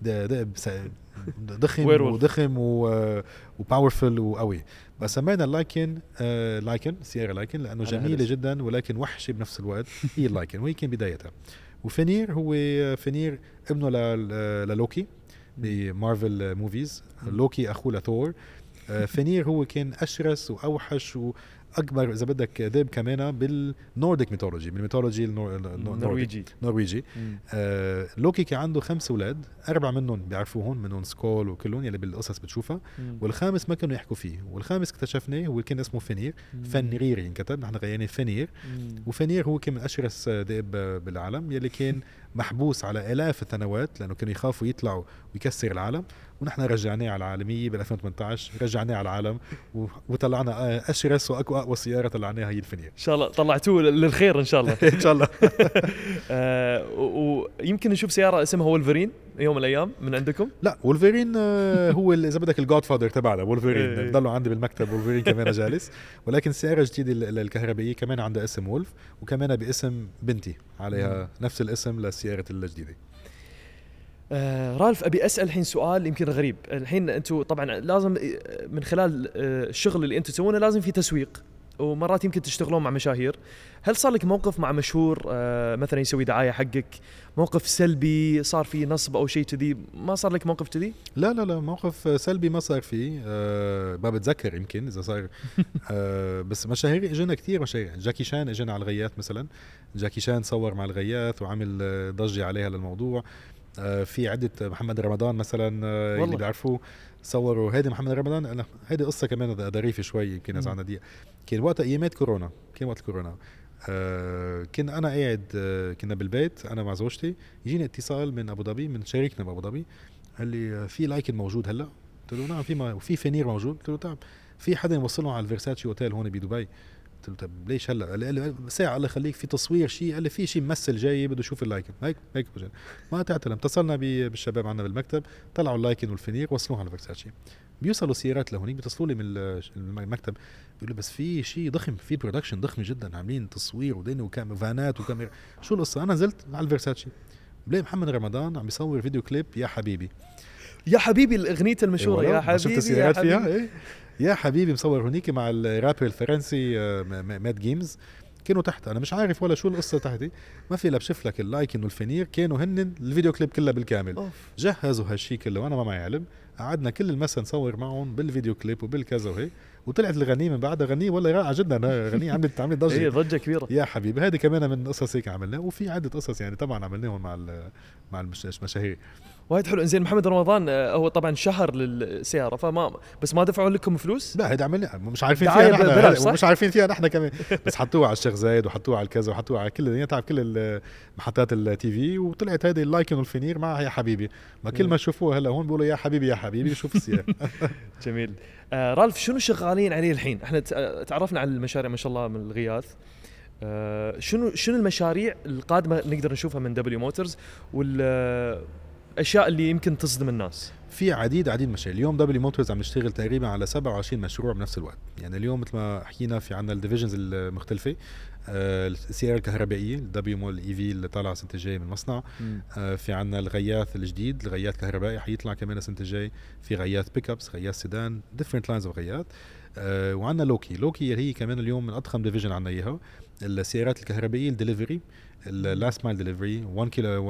ضخم وباورفل وقوي. بس سمينا اللايكن سيارة لايكن لانه جميله جدا ولكن وحشه بنفس الوقت. هي اللايكن وهي كان بدايتها. وفينير هو فينير ابنه للوكي بمارفل موفيز. لوكي اخوه لثور. فينير هو كان اشرس واوحش واكبر اذا بدك دب كمان بالنورديك ميثولوجي، بالميثولوجي النرويجي. لوكي كان عنده 5 اولاد، 4 منهم بيعرفوهم، منهم سكول وكلهم يلي بالقصص بتشوفها. والخامس ما كانوا يحكوا فيه. والخامس اكتشفناه هو كان اسمه فينير. فنرير ينكتب، نحن غيرانين فينير. وفينير هو كان من اشرس دب بالعالم، يلي كان محبوس على آلاف السنوات لانه كانوا يخافوا يطلعوا ويكسر العالم. ونحن رجعناه على العالميه بال 2018، رجعناه على العالم وطلعنا اشرس واقوى سياره طلعناها هي الفينير. ان شاء الله طلعتوه للخير ان شاء الله. ان شاء الله. ويمكن نشوف سياره اسمها وولفرين يوم من الايام من عندكم. لا وولفرين هو اذا بدك الجود فادر تبعنا. وولفرين بضلوا عندي بالمكتب، وولفرين كمان جالس. ولكن السياره الجديده الكهربائيه كمان عندها اسم وولف، وكمان باسم بنتي عليها نفس الاسم للسياره الجديده. رالف، أبي أسأل الحين سؤال يمكن غريب. الحين أنتوا طبعا لازم من خلال الشغل اللي أنتوا تسوونه لازم في تسويق، ومرات يمكن تشتغلون مع مشاهير. هل صار لك موقف مع مشهور مثلا يسوي دعاية حقك، موقف سلبي صار فيه نصب أو شيء كذي؟ ما صار لك موقف كذي؟ لا موقف سلبي ما صار فيه. ما بتذكر يمكن اذا صار. بس مشاهير اجينا كثير مشاهير. جاكي شان اجينا على الغياث مثلا. جاكي شان صور مع الغياث وعمل ضجة عليها للموضوع. في عدة محمد رمضان مثلا اللي بيعرفوه صوروا. هيدي محمد رمضان انا هيدي قصة كمان ظريفة شوي يمكن اذا عنا دقيقة. كان وقت ايامات كورونا، كان وقت الكورونا. كنا انا قاعد كنا بالبيت انا مع زوجتي، يجيني اتصال من ابو ظبي من شريكنا بابو ظبي، قال لي في لايكن موجود هلا؟ قلت له نعم في فينير موجود. قلت له طيب في حدا يوصلهم على الفيرساتشي اوتيل هون بدبي؟ قلت له طيب ليش هلا؟ قال لي ساعه الله يخليك في تصوير شيء. قال لي في شيء ممثل جاي بده يشوف اللايكن. هيك ما تعتلم. اتصلنا بالشباب عندنا بالمكتب، طلعوا اللايكن والفينير وصلوها على الفيرساتشي. بيوصلوا سيارات لهونيك بيتصلوا لي من المكتب بيقولوا بس في شيء ضخم، في برودكشن ضخم جدا، عاملين تصوير ودين وكاميرا فانات وكاميرا. شو القصه؟ انا نزلت على الفيرساتشي بلاقي محمد رمضان عم يصور فيديو كليب يا حبيبي. يا حبيبي الأغنية المشهورة يا حبيبي. شفت السيارات فيها ايه؟ يا حبيبي مصور هونيك مع الرابر الفرنسي مات جيمز. كانوا تحت انا مش عارف ولا شو القصه تحتي. ما في الا بشوف لك اللايكن والفينير كانوا هن الفيديو كليب كله بالكامل. أوف. جهزوا هالشيء كله وانا ما معي علم. قعدنا كل المسا نصور معهم بالفيديو كليب وبالكذا وهيك. وطلعت الغنية من بعدها غنية ولا رائعة جدا. غنية عملت ضجة. ايه ضجة كبيرة يا حبيبي. هذه كمان من قصص هيك عملناها. وفي عدة قصص يعني طبعا عملناهم مع المشاهير. وايد حلو. انزين محمد رمضان هو طبعا شهر للسيارة فما بس ما دفعوا لكم فلوس؟ لا هيدا عملنا مش عارفين فيها نحن. مش عارفين فيها نحن كمان. بس حطوها على الشيخ زايد وحطوها على الكذا وحطوها على كل تعرف كل محطات التي في. وطلعت هذه اللايكن والفينير معها يا حبيبي. ما كل ما تشوفوها هلا هون بيقولوا يا حبيبي يا حبيبي شوف السيارة. جميل. رالف شنو شغالين عليه الحين؟ احنا تعرفنا على المشاريع ما شاء الله من الغياث. شنو المشاريع القادمة نقدر نشوفها من دبليو موتورز والاشياء اللي يمكن تصدم الناس؟ في عديد مشاريع. اليوم دبليو موتورز عم نشتغل تقريبا على 27 مشروع بنفس الوقت. يعني اليوم مثل ما حكينا في عنا الديفيجنز المختلفة. السيارة الكهربائية الدبليو مول اي في اللي طالعة السنة الجاية من المصنع. في عنا الغياث الجديد الغياث كهربائي حيطلع كمان السنة الجاية. في غياث بيك ابس غياث سيدان different lines of غياث. وعنا لوكي هي كمان اليوم من أضخم ديفيجن عنا إياها. السيارات الكهربائية الدليفري اللاست مايل دليفري 1 كيلو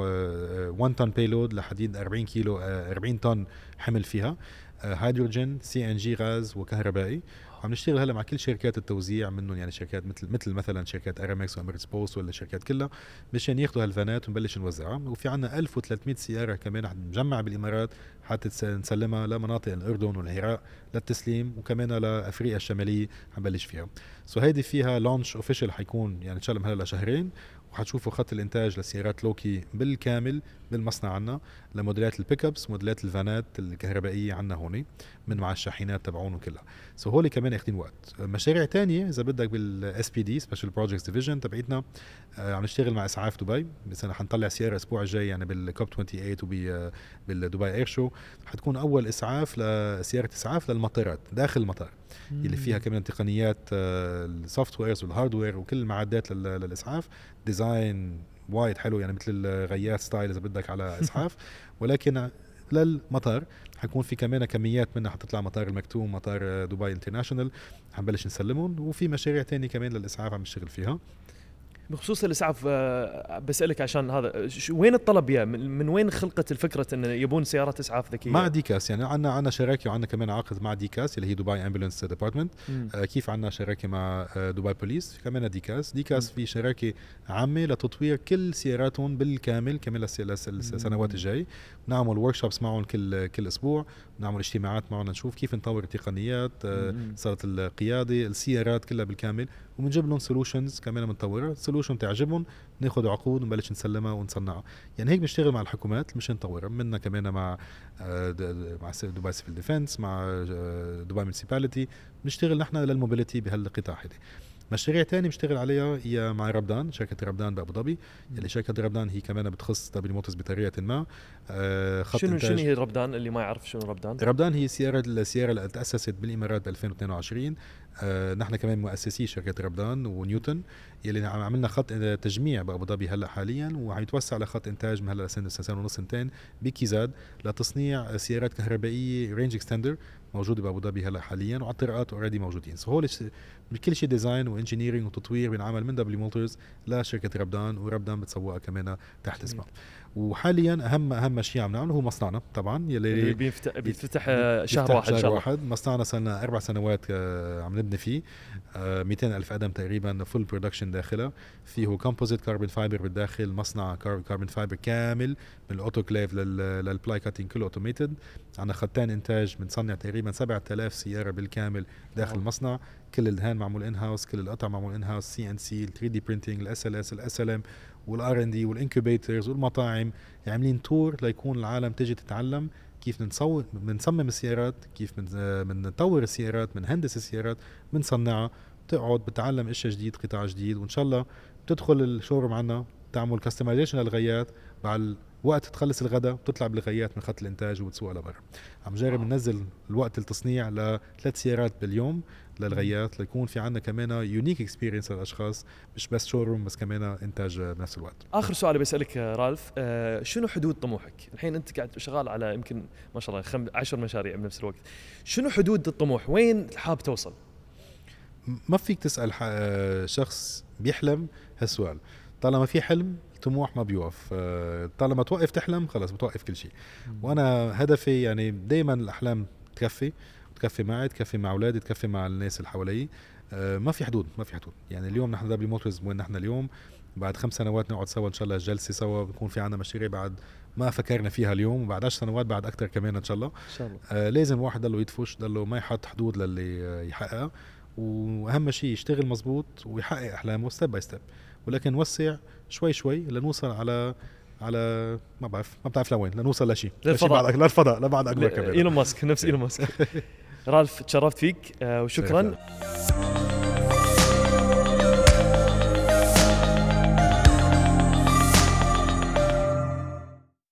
1 طن بايلود لحديد 40 كيلو 40 طن حمل فيها. هيدروجين سي ان جي غاز وكهربائي. عم نشتغل هلا مع كل شركات التوزيع منهم يعني شركات مثلا شركات ارامكس واميريتس بوست ولا شركات كلها مشان ياخذوا هالفانات ونبلش نوزعها. وفي عنا 1300 سياره كمان رح نجمع بالامارات حتى نسلمها لمناطق الاردن والعراق للتسليم وكمان لافريقيا الشماليه حنبلش فيها. هيدي فيها لونش اوفيشال حيكون يعني ان شاء الله من هلا لشهرين. وحتشوفوا خط الانتاج لسيارات لوكي بالكامل بالمصنع عنا لموديلات البيك ابس موديلات الفانات الكهربائيه عنا هون من مع الشاحنات تبعون وكلها. هولي كمان ياخذين وقت. مشاريع تانية اذا بدك بالاس بي دي سبيشال بروجكتس ديفيجن تبعتنا عم نشتغل مع اسعاف دبي. بس انا حنطلع سياره الاسبوع الجاي يعني بالكوب 28 وبالدبي اير شو. حتكون اول اسعاف لسياره اسعاف للمطارات داخل المطار اللي فيها كمان تقنيات السوفت ويرز والهاردوير وكل المعدات للاسعاف. ديزاين وايد حلو يعني مثل الغياث ستايل اذا بدك على اسعاف. ولكن للمطار حيكون في كمان كميات منها حتطلع مطار المكتوم مطار دبي انترناشونال حنبلش نسلمهم. وفي مشاريع تانية كمان للاسعاف عم نشتغل فيها. بخصوص الاسعاف بسألك عشان هذا وين الطلب يا من وين خلقت الفكرة ان يبون سيارات اسعاف ذكية؟ مع ديكاس يعني عنا شراكه وعنا كمان عقد مع ديكاس اللي هي دبي امبولانس ديبارتمنت. كيف عنا شراكه مع دبي بوليس كمان ديكاس في شراكه عامه لتطوير كل سياراتهم بالكامل كمان للسنوات الجاي. نعمل وركشوبس معهم كل اسبوع. نعمل اجتماعات معهم نشوف كيف نطور التقنيات صارت القياده السيارات كلها بالكامل. وبنجيب لهم سولوشنز كمان بنطورها سولوشن تعجبهم ناخذ عقود ونبلش نسلمها ونصنعها. يعني هيك بنشتغل مع الحكومات مش نطورها منا كمان مع دبي سيفل ديفنس مع دبي مونسيباليتي. بنشتغل نحن للموبيليتي بهالقطاع هذه. مشاريع تاني بشتغل عليها هي مع ربدان شركة ربدان بأبو ظبي. اللي شركة ربدان هي كمان بتخص دبليو موتورز بطريقة ما. شنو هي ربدان اللي ما يعرف شنو ربدان؟ ربدان هي السيارة اللي تأسست بالإمارات ب 2022. نحن كمان مؤسسي شركة ربدان ونيوتن يلي عملنا خط تجميع بأبو ظبي هلا حاليا وحيتوسع لخط إنتاج من هلا سنة ونص سنتين بكيزاد لتصنيع سيارات كهربائية رينج اكستندر موجوده بابو ظبي هلا حاليا، وعلى الطرقات اوريدي موجودين. سو هول كل شيء ديزاين وانجينيرنج وتطوير بينعمل من دبليو موتورز لشركه ربدان، وربدان بتسوقها كمان تحت اسمها. وحاليا اهم شيء عم نعمله هو مصنعنا طبعا اللي بيفتح شهر واحد ان شاء الله. مصنعنا صار 4 سنوات عم نبني فيه، 200,000 قدم تقريبا، فول برودكشن داخلها، فيه كومبوزيت كاربون فايبر بالداخل، مصنع كاربون فايبر كامل من الاوتوكليف للبلاي كاتينج كله اوتوميتد. عندنا خطين انتاج بنصنع تقريبا 7000 سياره بالكامل داخل المصنع، كل الدهان معمول ان هاوس، كل القطع معمول ان هاوس، سي ان سي، 3 دي برينتينج، الاس ال اس، الاس ال ام، والار ان دي، والانكوبيترز، والمطاعم. عاملين تور ليكون العالم تجي تتعلم كيف بنصمم السيارات، كيف بنطور السيارات، بنهندس السيارات، بنصنعها، بتقعد بتعلم اشياء جديد، قطاع جديد، وان شاء الله بتدخل الشوروم عنا تعمل كاستمايزيشن للغايات، بعد وقت تخلص الغداء بتطلع بالغايات من خط الانتاج وبتسوقها لبرا. عم جرب ننزل الوقت التصنيع ل3 سيارات باليوم للغايات، ليكون في عنا كمان يونيك اكسبيرينس للاشخاص، مش بس شوروم بس كمان انتاج بنفس الوقت. اخر سؤال بسالك رالف، شنو حدود طموحك الحين؟ انت قاعد شغال على يمكن ما شاء الله 10 مشاريع بنفس الوقت، شنو حدود الطموح؟ وين حاب توصل؟ ما فيك تسال شخص بيحلم هالسؤال. طالما في حلم الطموح ما بيوقف، طالما توقف تحلم خلاص بتوقف كل شيء. وانا هدفي يعني دائما الاحلام تكفي معي، تكفي مع اولادي، تكفي مع الناس اللي حوالي. ما في حدود يعني اليوم نحن دبليو موتورز وين نحن اليوم، بعد 5 سنوات نقعد سوا ان شاء الله جلسه سوا، بكون في عنا مشاريع بعد ما فكرنا فيها اليوم، وبعد 10 سنوات بعد اكثر كمان ان شاء الله. لازم الواحد ضله يدفش، ضله ما يحط حدود للي يحققها، واهم شيء يشتغل مزبوط ويحقق احلامه ستيب باي ستيب، ولكن وسع شوي لنوصل على ما بعرف لوين، لنوصل لشيء للفضاء لبعد اكبر كمان. ايلون ماسك، نفس ايلون ماسك. رالف تشرفت فيك وشكرا.